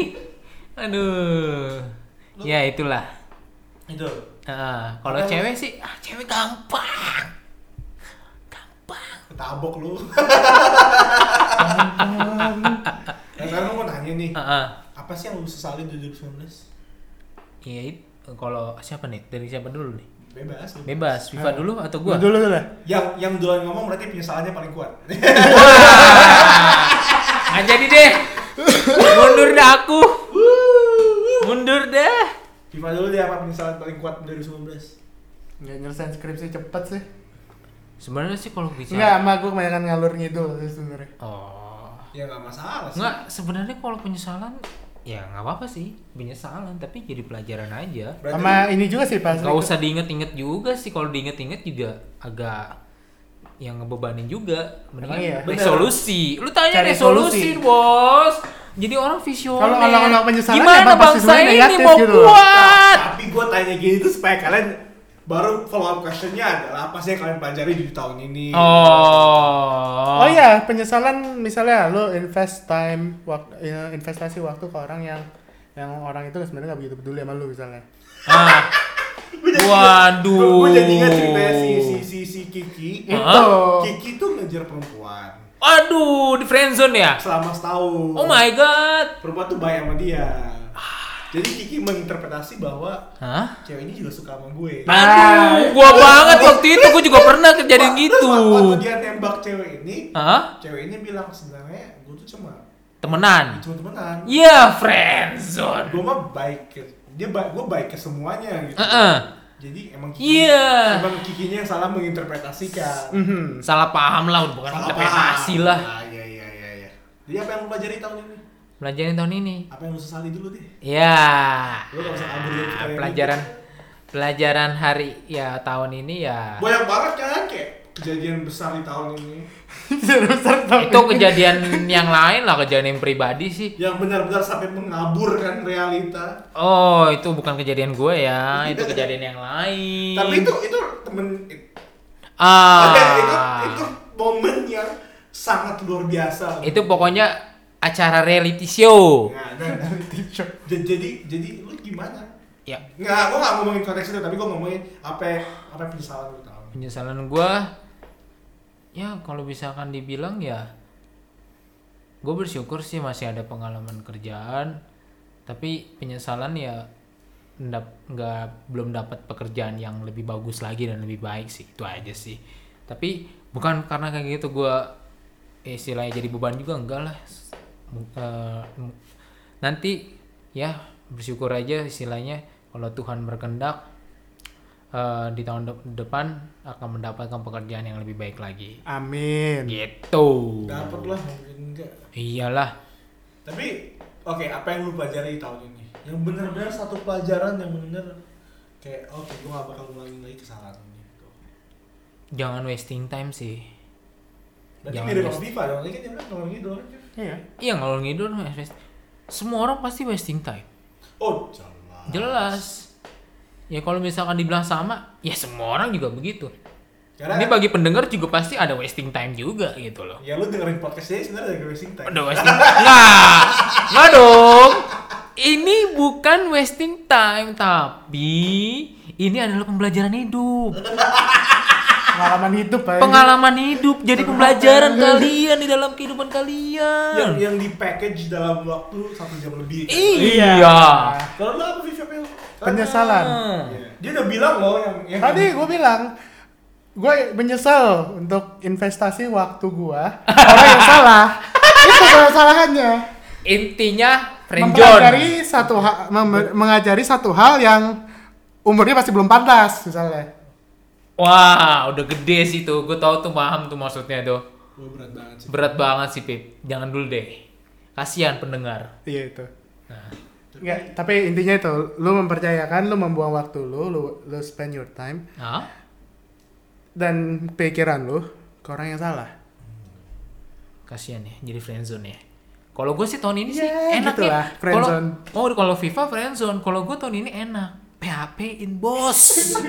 Aduh. Lu- Ya itulah. Itu. Ah, kalau Apa- cewek sih, ah cewek gampang. Gampang. Ketabok lu. Nah, sekarang gua mau nanya nih, Ah, ah. apa sih yang lu sesalin di dua ribu sembilan belas? Ya itu kalau siapa nih? Dari siapa dulu nih? Bebas. lu. Bebas. Viva Ah. dulu atau Gua gua? dulu lah. Yang yang duluan ngomong berarti penyesalannya paling kuat. Nggak jadi deh. Mundur dah aku. Mundur dah. Viva dulu deh, apa penyesalan paling kuat di dua ribu sembilan belas? Enggak nyelesain skripsi cepet sih. Sebenarnya sih kalau Enggak, bicara. sama gua kebanyakan ngalur ngidul sih sebenarnya. Oh. Ya nggak masalah sih. Nggak, sebenarnya kalau penyesalan ya nggak apa-apa sih, penyesalan tapi jadi pelajaran aja. Berarti Sama ini juga sih pas. Gak usah diinget-inget juga sih, kalau diinget-inget juga agak yang ngebebanin juga. Emang iya? Mendingan Bener. resolusi. Lu tanya Cari resolusi, solusi. bos. Jadi orang visioner. Kalau kalau penyesalan gimana emang pasti bangsa sebenarnya ini negatif mau gitu. kuat? Tapi gue tanya gini tuh supaya kalian baru follow up questionnya adalah apa sih yang kalian pelajari di tahun ini? Oh. Oh iya, penyesalan misalnya lo invest time, waktu, investasi waktu ke orang yang yang orang itu sebenarnya nggak begitu peduli sama lo misalnya. Ah. Waduh. Gue jadi ingat ceritanya si si si si Kiki, Itu. Kiki tuh ngejar perempuan Aduh, di friendzone ya? selama setahun. Oh my god. Perempuan tuh baik sama dia. Jadi Kiki menginterpretasi bahwa Hah? cewek ini juga suka sama gue. Aduh, gua banget waktu itu gua juga pernah kejadian Terus gitu. waktu dia nembak cewek ini, Hah? cewek ini bilang sebenarnya gue tuh cuma Temenan. cuma temenan. Iya, friendzone. Gue mah baik ke dia baik, gue baik ke semuanya gitu. Heeh. Jadi emang Kiki, Iya. emang Kikinya yang salah menginterpretasikan. Mhm. Salah paham lah, bukan Salah interpretasi paham. lah. Ah, iya iya iya iya. Jadi apa yang lu pelajari tahun ini? Pelajaran tahun ini. Apa yang lu sesali dulu deh? Ya. Lu gak usah kabur dari kita yang Pelajaran pelajaran hari ya tahun ini ya. banyak banget kan kayak kejadian besar di tahun ini Itu kejadian yang lain lah, kejadian yang pribadi sih. yang benar-benar sampai mengaburkan realita. Oh, itu bukan kejadian gue ya, itu kejadian yang lain. Tapi itu itu temen ah, itu itu momen yang sangat luar biasa. itu pokoknya acara reality show. Nah, nah, nah. J- jadi jadi lu gimana? Ya, Nggak, gua nggak ngomongin konteks itu, tapi gua ngomongin apa apa penyesalan lu tahun ini. penyesalan gue ya kalau misalkan dibilang ya gue bersyukur sih masih ada pengalaman kerjaan, tapi penyesalan ya ndap, nggak belum dapat pekerjaan yang lebih bagus lagi dan lebih baik sih, itu aja sih. Tapi bukan karena kayak gitu gue istilahnya jadi beban juga, enggak lah. Uh, nanti ya bersyukur aja istilahnya kalau Tuhan berkehendak uh, di tahun de- depan akan mendapatkan pekerjaan yang lebih baik lagi Amin. gitu. Dapet lah, mungkin enggak. Iyalah. Tapi oke, apa yang lu pelajari di tahun ini? Yang benar-benar satu pelajaran yang benar kayak oke, gua nggak bakal ngulangin lagi kesalahan ini. Gitu. Jangan wasting time sih. Berarti Jangan mirip waste- sama Diva dong, ini kan dia bilang kalau gitu kan. Iya. Iya, kalau ngidur semua orang pasti wasting time. Oh, jelas. Jelas. Ya kalau misalkan dibilang sama, ya semua orang juga begitu. Karena Ini bagi pendengar juga pasti ada wasting time juga gitu loh. ya lu dengerin podcast ini sebenarnya ada wasting time. Ada wasting time. Nggak. Nggak dong. Ini bukan wasting time, tapi ini adalah pembelajaran hidup. Pengalaman hidup aja. Pengalaman hidup jadi pembelajaran kalian di dalam kehidupan yang kalian. yang di package dalam waktu satu jam lebih. Iya. Kalau lu apa Vivi Pel? Penyesalan. Iya. Dia udah bilang loh yang yang Tadi gue bilang, gue menyesal untuk investasi waktu gue. Orang yang salah. Itu kesalahannya. Intinya friendzone. Mempelajari satu ha- mem- mengajari satu hal yang umurnya masih belum pantas misalnya. Wah, udah gede sih tuh. Gue tau tuh, paham tuh maksudnya tuh. Wah, berat banget sih. Berat banget sih, Pip. Jangan dulu deh. Kasihan pendengar. Iya itu. Nah, Enggak, tapi intinya itu, lu mempercayakan, lu membuang waktu lu, lu, lu spend your time nah, dan pikiran lu ke orang yang salah. kasihan ya jadi friendzone ya. Kalau gue sih tahun ini sih Ya, enak gitulah, ya. Kalau friendzone. oh kalau FIFA friendzone, kalau gue tahun ini enak. P H P-in bos.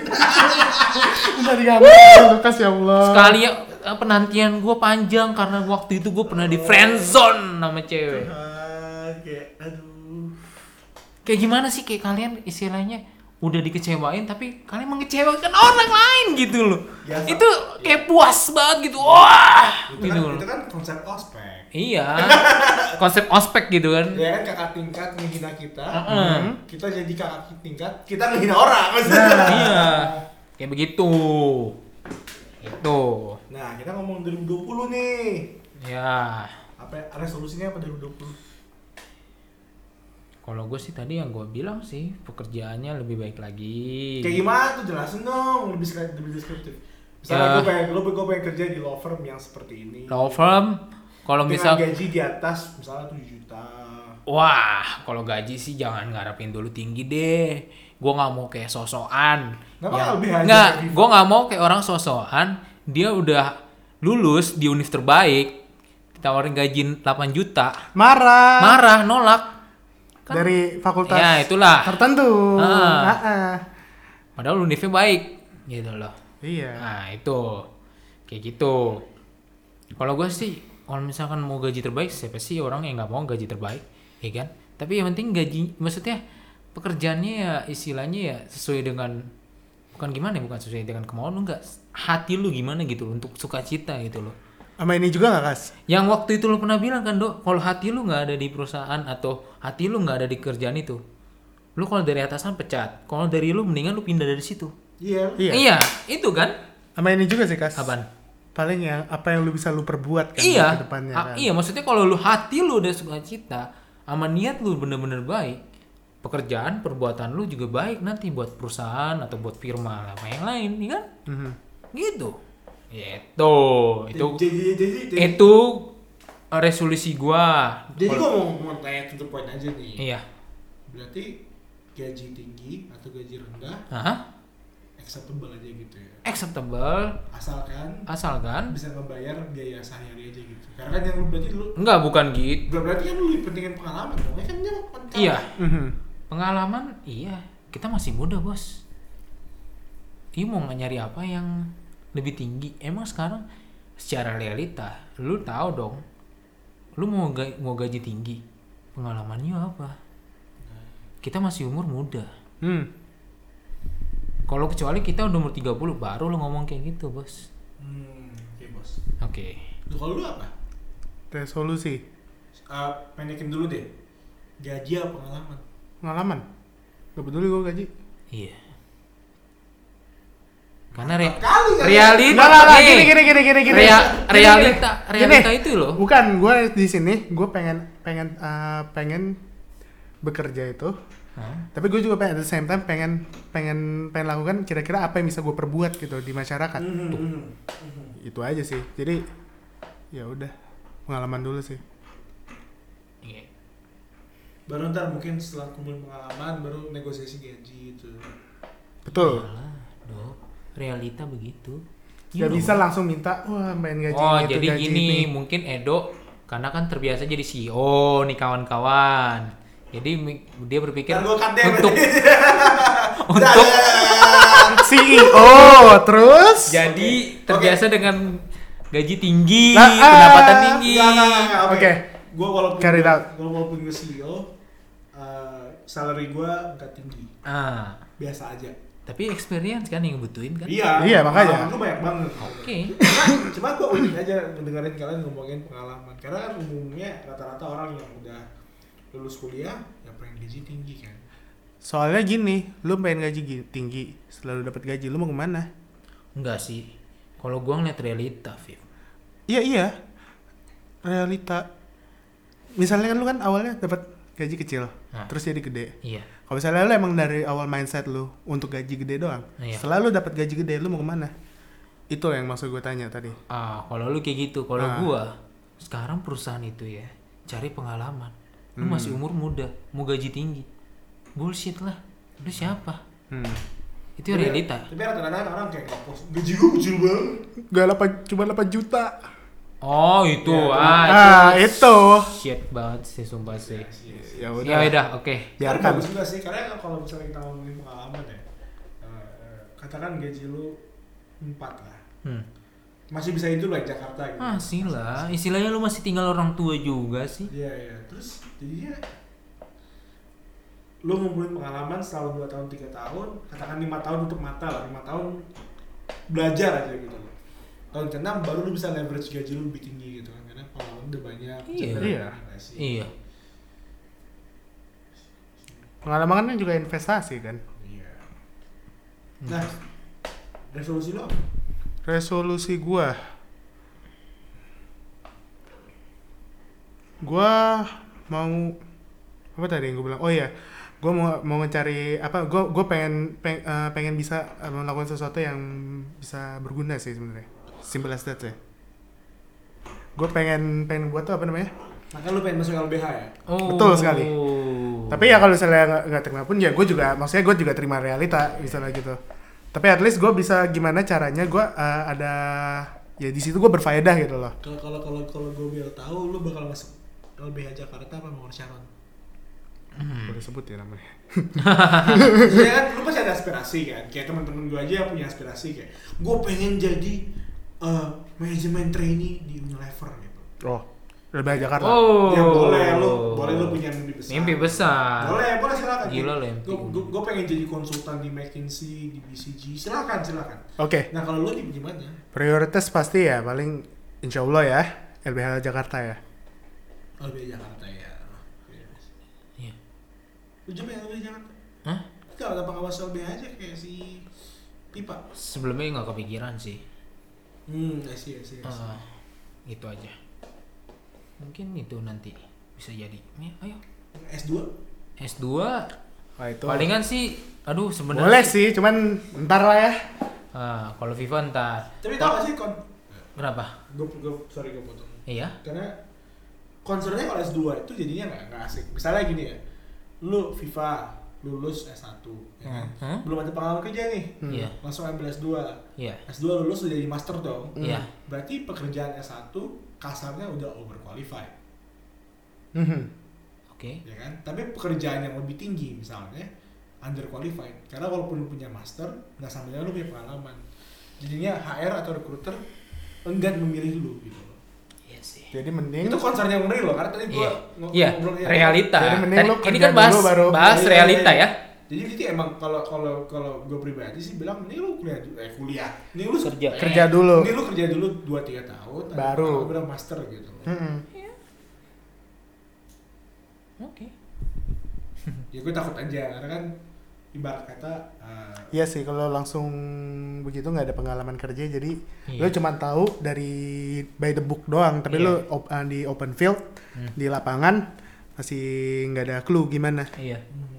Udah digambar, Lukas ya Allah. Sekali ya, eh, penantian gue panjang karena waktu itu gue pernah di friendzone sama cewek. Ah, kayak aduh. Kayak gimana sih kayak kalian istilahnya udah dikecewain tapi kalian mengecewakan orang lain gitu loh. Ya, itu kayak puas banget gitu. Wah, Itu gitu kan, loh. itu kan konsep ospek. Iya. Konsep ospek gitu kan. Ya kan kakak tingkat menghina kita. Heeh. Kita jadi kakak tingkat, kita menghina orang maksudnya. Nah. Iya. Kayak begitu. Itu. Nah, kita ngomong dua ribu dua puluh nih. Ya. Apa resolusinya apa dua ribu dua puluh? Kalau gue sih tadi yang gue bilang sih pekerjaannya lebih baik lagi. Kayak gimana tuh, jelasin dong, lebih sekali lebih deskriptif. Misalnya Ya. gue pengen, gue, gue pengen kerja di law firm yang seperti ini. Law firm. Kalau Dengan misal, gaji di atas misalnya tujuh juta. wah, kalau gaji sih jangan ngarepin dulu tinggi deh. Gue nggak mau kayak sosokan. Nggak apa, lebih aja nggak, kayak gitu. gue nggak mau kayak orang sosokan. Dia udah lulus di univ terbaik, ditawarin gaji delapan juta, Marah. marah, nolak. Kan- Dari fakultas Ya itulah. tertentu. Ah. Ah-ah. Padahal univnya baik, gitu loh. Iya. Nah itu kayak gitu. Kalau gue sih, kalau misalkan mau gaji terbaik, siapa sih orang yang nggak mau gaji terbaik, ya kan? Tapi yang penting gaji, maksudnya pekerjaannya ya istilahnya ya sesuai dengan bukan gimana ya, bukan sesuai dengan kemauan lu, enggak hati lu gimana gitu loh, untuk sukacita gitu loh. Sama ini juga nggak Kas? Yang waktu itu lu pernah bilang kan Dok, kalau hati lu nggak ada di perusahaan atau hati lu nggak ada di kerjaan itu, lu kalau dari atasan pecat, kalau dari lu mendingan lu pindah dari situ. Iya. Iya. Iya, itu kan. Sama ini juga sih Kas. Apaan? Paling yang apa yang lu bisa lu perbuat kan Iya. ke depannya Ah, kan. iya, maksudnya kalau lu hati lu udah sukacita, sama niat lu bener-bener baik, pekerjaan, perbuatan lu juga baik nanti buat perusahaan atau buat firma apa yang lain, ya kan? Mhm. Gitu. Itu, itu, Jadi jadi jadi. itu resolusi gua. Jadi Kalau- gua mau mau tanya to the point aja nih. Iya. Berarti gaji tinggi atau gaji rendah Hah? acceptable aja gitu ya. Acceptable, Asalkan asalkan bisa ngebayar biaya sehari-hari aja gitu. Karena kan yang lu berarti lu enggak, bukan gitu. berarti kan lu pentingin pengalaman dong. Ya kan dia penting. Iya, Mhm. pengalaman, iya. Kita masih muda, Bos. Iya, mau nyari apa yang lebih tinggi? Emang sekarang secara realita, lu tahu dong. Lu mau ga- mau gaji tinggi, pengalamannya apa? Kita masih umur muda. Hmm. Kalau kecuali kita udah umur tiga puluh baru lu ngomong kayak gitu, Bos. Hmm, oke bos. Oke. Lu kalau lu apa? Resolusi. Uh, pendekin dulu deh. Gaji apa pengalaman? Pengalaman. Gak peduli gue gaji. Iya. Karena re- Kali kan? realita Nggak, nggak, nggak, nih. gini gini gini gini gini. Rea- Gini, realita gini. realita Gini. itu loh. Bukan, gue di sini gue pengen pengen eh, pengen bekerja itu. Hah? Tapi gue juga pengen at the same time pengen pengen pengen lakukan kira-kira apa yang bisa gue perbuat gitu di masyarakat. Mhm, Tuh, mhm, mhm. itu aja sih. Jadi ya udah pengalaman dulu sih. Iya. Baru ntar mungkin setelah kumpulin pengalaman baru negosiasi gaji itu. Betul. Iyalah, Dok. Realita begitu. Gak You bisa know. langsung minta wah main gaji Oh, gitu, jadi gaji gini, ini. mungkin Edo karena kan terbiasa jadi C E O nih kawan-kawan. Jadi mi- dia berpikir Ntar gua cut deh, untuk berarti. untuk C E O terus jadi terbiasa dengan gaji tinggi, Nah, ah, pendapatan tinggi. Enggak, enggak, enggak, enggak. Oke. Gua walaupun Carry it gua, out. gua walaupun gue C E O, uh, salary gua enggak tinggi. Ah, Biasa aja. tapi experience kan yang butuhin kan? Iya. Iya, makanya. Pengalaman gua banyak banget. Oke. Cuma, cuma gua unik aja mendengarin kalian ngomongin pengalaman. Karena kan umumnya rata-rata orang yang udah lulus kuliah ya pengen gaji tinggi kan. soalnya gini, lu pengen gaji gi- tinggi, setelah lu dapat gaji lu mau kemana? Enggak sih. Kalau gua ngeliat realita, Viv. Iya iya, realita. Misalnya kan lu kan awalnya dapat gaji kecil, Nah. terus jadi gede. Iya. Kalau misalnya lu emang dari awal mindset lu untuk gaji gede doang, Iya. setelah lu dapat gaji gede lu mau kemana? Itu yang maksud gue tanya tadi. Ah, kalau lu kayak gitu, kalau Ah. gua sekarang perusahaan itu ya cari pengalaman. Lu Hmm. masih umur muda, mau gaji tinggi. Bullshit lah. Lu siapa? Hmm. Itu realita. Tapi rata-rata orang kayak nge-post gaji gua kecil banget. Gak delapan, cuma delapan juta. Oh, itu. Ya, ah, Ah, itu. Shit banget sih sumpah sih. Ya Ya udah. udah, oke. Biarkan. Biarkan. Bagus juga sih, karena kalau misalnya kita ngomongin pengalaman ya, uh, katakan gaji lu empat lah, Hmm. masih bisa itu lah Jakarta gitu. Masih lah. Istilahnya lu masih tinggal orang tua juga sih. Iya iya, terus jadinya lu ngumpulin pengalaman setahun dua tahun tiga tahun, katakan lima tahun untuk mata lah, lima tahun belajar aja gitu. Tahun keenam baru lu bisa leverage gaji lu lebih tinggi gitu kan, karena pengalaman udah banyak. Iya. Jadi, Iya. nggak sih? Iya. Pengalaman kan juga investasi kan. Iya. Nah, resolusi lo apa? Resolusi gua. Gua mau apa tadi yang gue bilang? Oh iya, gua mau mau mencari apa? Gua gua pengen peng, eh, pengen bisa eh, melakukan sesuatu yang bisa berguna sih sebenarnya. Simple as that ya. Gue pengen pengen buat tuh apa namanya? Maka lu pengen masuk L B H ya? Oh. Betul sekali. Tapi ya kalau misalnya nggak nggak terima pun ya gue juga, maksudnya gue juga terima realita misalnya gitu. Tapi at least gue bisa gimana caranya gue uh, ada ya di situ gue berfaedah gitu loh. Kalau kalau kalau kalau gue biar tahu, lu bakal masuk L B H Jakarta apa Bangun Sharon? Hmm. Boleh sebut ya namanya. Maksudnya kan lu pasti ada aspirasi kan, kayak teman-teman gue aja punya aspirasi kayak gue pengen jadi uh, manajemen trainee di Unilever gitu. Oh. L B H Jakarta. Oh. Ya boleh lu, boleh lu punya mimpi besar. Mimpi besar. Boleh, boleh silakan. Gila lu, mimpi. Gue pengen jadi konsultan di McKinsey, di B C G. Silakan, silakan. Oke. Nah kalau lu di gimana? Prioritas pasti ya paling insya Allah ya L B H Jakarta ya. L B H Jakarta ya. Iya. Lu coba yang L B H Jakarta. Hah? Enggak, kenapa nggak masuk L B H aja kayak si Pipa? Sebelumnya nggak kepikiran sih. Hmm, I see, I see, I see. Uh, itu aja. Mungkin itu nanti bisa jadi. Nih, ayo. S dua? S dua Wah itu. palingan sih, aduh sebenarnya. Boleh sih, cuman ntar lah ya. Ah, kalau FIFA ntar. Tapi tau gak sih kon? Kenapa? Gue, gue, sorry gue potong. Iya. Karena concernnya kalau S dua itu jadinya nggak nggak asik. Misalnya gini ya, lu FIFA lulus S satu, ya kan? Hmm. Belum ada pengalaman kerja nih, Hmm. Iya. langsung ambil S dua. Iya. S dua lulus udah jadi master dong. Iya. Berarti pekerjaan S satu kasarnya udah overqualified, Mhm. Oke. ya kan? Tapi pekerjaan yang lebih tinggi misalnya underqualified. Karena walaupun lu punya master, nggak sampai lu punya pengalaman. Jadinya H R atau recruiter enggan memilih lu gitu loh. Iya sih. Jadi mending Itu concern yang bener loh, karena tadi gua Iya. ngo- Iya. ngobrolnya- Realita. Jadi mending Tadi- lu ini kerja kan bahas dulu baru- bahas Iya, iya, realita iya. ya. Jadi jadi emang kalau kalau kalau gue pribadi sih bilang mending lu kuliah dulu, eh kuliah, mending lu Kerja. eh, kerja dulu. mending lu kerja dulu dua tiga tahun, ada Baru. pengalaman, udah master gitu loh. Mhm. Oke. Ya gue takut aja karena kan ibarat kata uh, Iya sih kalau langsung begitu nggak ada pengalaman kerja jadi Iya. lu cuma tahu dari by the book doang tapi Iya. lu op- uh, di open field Hmm. di lapangan masih nggak ada clue gimana. Iya.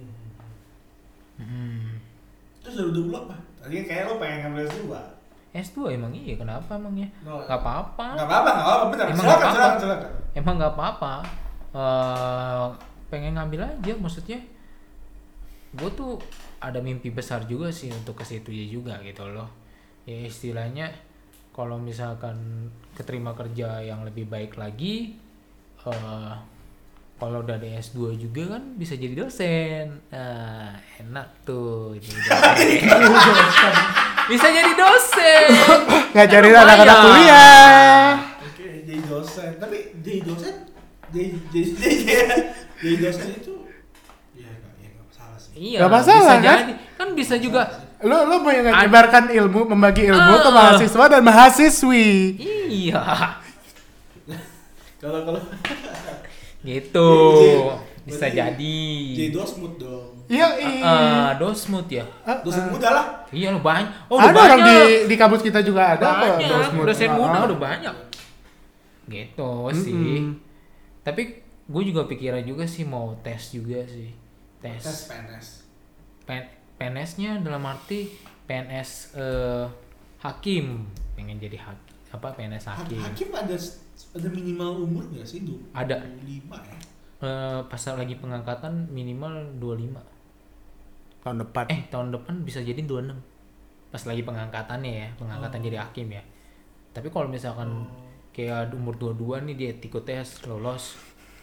Hmm. terus dulu dulu apa? Tadi kayak lo pengen ngambil S dua. S dua emang iya, kenapa emangnya? No. Gak apa-apa. Nggak apa-apa, nggak apa-apa, bener. Emang Silakan, nggak silakan, apa-apa. silakan. Emang gak apa-apa. Eh, pengen ngambil aja, maksudnya gue tuh ada mimpi besar juga sih untuk ke situ ya juga gitu loh. Ya istilahnya kalau misalkan keterima kerja yang lebih baik lagi, eh kalau udah ada S dua juga kan bisa jadi dosen. Nah, enak tuh jadi dosen. Bisa jadi dosen. Ngajarin Kan anak-anak lumayan. kuliah. Oke, jadi dosen. Tapi jadi dosen, jadi jadi jadi, jadi dosen itu, ya nggak ya nggak masalah sih. Iya, Gak masalah, bisa kan? jadi. Kan bisa juga. Lu lu mau menyebarkan ilmu, membagi ilmu ke Ah. mahasiswa dan mahasiswi. Iya. Kalau kalau Gitu. Jadi- Bisa berarti jadi. jadi dosmut dong. Iya, Ah, dosmut ya. Dosen muda lah. Iya lo banyak. Oh, ada udah orang di banyak. di kampus kita juga ada kok banyak. dosmut. Dosen muda Ah. udah banyak. Gitu sih. Mm-mm. Tapi gue juga pikiran juga sih mau tes juga sih. Tes. Tes P N S. P- PNS-nya dalam arti P N S eh, hakim. Pengen jadi hakim. Apa P N S hakim. Hakim ada ada minimal umur nggak sih? Du- Ada. dua puluh lima ya. Eh, pas lagi pengangkatan minimal dua puluh lima. Tahun depan. Eh, tahun depan bisa jadi dua puluh enam. Pas lagi pengangkatannya ya, pengangkatan Oh. jadi hakim ya. Tapi kalau misalkan kayak umur dua puluh dua nih dia ikut tes, lolos.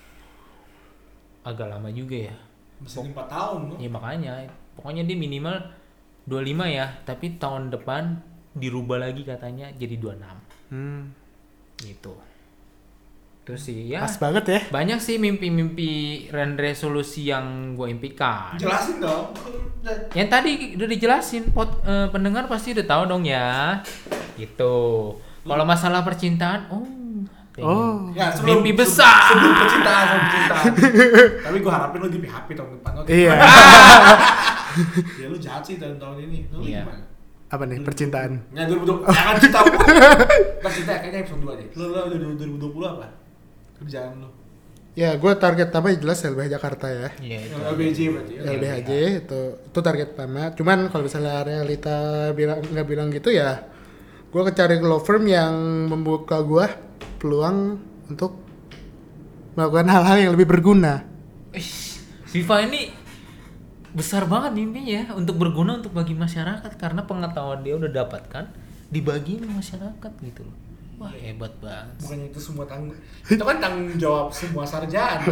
Agak lama juga ya. Bisa empat tahun loh. Ya makanya, pokoknya dia minimal dua puluh lima ya, tapi tahun depan dirubah lagi katanya jadi dua puluh enam. Hmm. Gitu. Terus sih ya. Pas banget ya. Banyak sih mimpi-mimpi dan resolusi yang gue impikan. Jelasin dong. Yang tadi udah dijelasin, pot, eh, pendengar pasti udah tahu dong ya. Gitu. Kalau masalah percintaan, oh, pengen. Oh. Ya, sebelum, Mimpi sebelum- besar. Sebelum percintaan, sebelum percintaan. Tapi gue harapin lu di P H P tahun depan. Oke? Iya. Ya lu jahat sih tahun-tahun ini. Lu Iya. gimana? Apa nih percintaan? Nggak, dua ribu dua puluh. Jangan cerita. Ntar cerita kayaknya episode dua deh. Lu lu udah dua ribu dua puluh apa? Kerjaan lu. Ya, gue target pertama jelas L B H Jakarta ya. Iya itu. L B J berarti ya. L B H J itu itu target pertama. Cuman kalau misalnya realita bilang nggak bilang gitu ya, gue cari law firm yang membuka gue peluang untuk melakukan hal-hal yang lebih berguna. Ih, Viva ini besar banget mimpinya untuk berguna untuk bagi masyarakat karena pengetahuan dia udah dapatkan dibagi sama masyarakat gitu loh. Wah, hebat banget. Bukannya itu semua tanggung, itu kan tanggung jawab semua sarjana.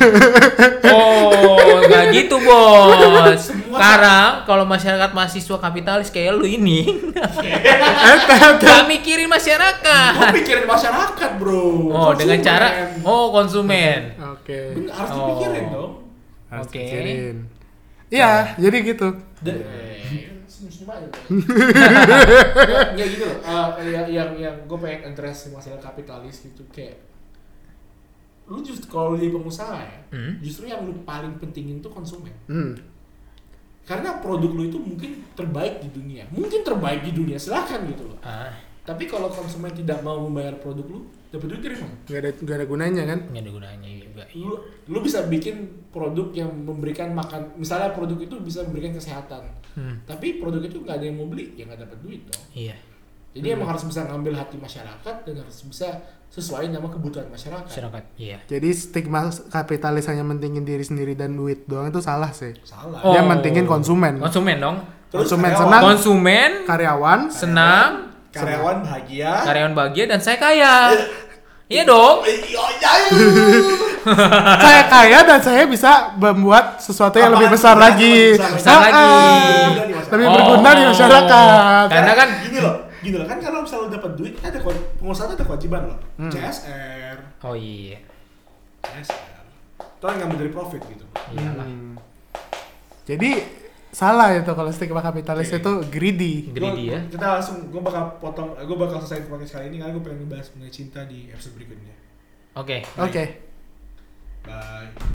Oh, nggak gitu, Bos. Semua- Sekarang kalau masyarakat mahasiswa kapitalis kayak lu ini nggak mikirin masyarakat. Gue pikirin masyarakat, bro. Oh, dengan Konsumen. cara oh konsumen. Oke. Bener, harus Oh. dipikirin dong. Harus Oke. pikirin. Iya, jadi gitu. Dan senyum-senyum aja. Nggak nggak gitu loh. Eh, yang yang yang gue pengen address masalah kapitalis gitu kayak lu justru kalau jadi pengusaha ya, Hmm. justru yang lu paling pentingin tuh konsumen. Hmm. Karena produk lu itu mungkin terbaik di dunia, mungkin terbaik di dunia, silahkan gitu loh. Ah, Tapi kalau konsumen tidak mau membayar produk lu, dapat duit dari mana? Gak ada gak ada gunanya kan? nggak ada gunanya juga. Lu, lu bisa bikin produk yang memberikan makan, misalnya produk itu bisa memberikan kesehatan, Hmm. tapi produk itu nggak ada yang mau beli, ya nggak dapat duit dong. Iya. Jadi emang harus bisa ngambil hati masyarakat dan harus bisa sesuai sama kebutuhan masyarakat. Masyarakat. Iya. Jadi stigma kapitalis hanya mentingin diri sendiri dan duit doang itu salah sih. Salah. Oh. Dia mentingin konsumen. Konsumen dong. Terus konsumen karyawan. senang. Konsumen Karyawan senang, Karyawan bahagia. karyawan bahagia dan saya kaya. Iya dong. Iya, iya. saya kaya dan saya bisa membuat sesuatu yang Apaan? lebih besar Besar, lagi. besar, besar Ah, lagi. ah. Lebih Oh. berguna di masyarakat. Karena kan gini loh, gini loh kan kalau misalnya lu dapat duit ada kewa- pengusaha tuh ada kewajiban loh. Hmm. C S R, oh iya. C S R. Itu kan ngambil dari profit gitu. Iyalah. Hmm. Jadi salah itu kalau stigma kapitalis Oke. itu greedy. Greedy Gua- ya. Kita langsung, gue bakal potong, gue bakal selesai podcast kali ini karena gue pengen ngebahas mengenai cinta di episode berikutnya. Oke. Oke. Bye.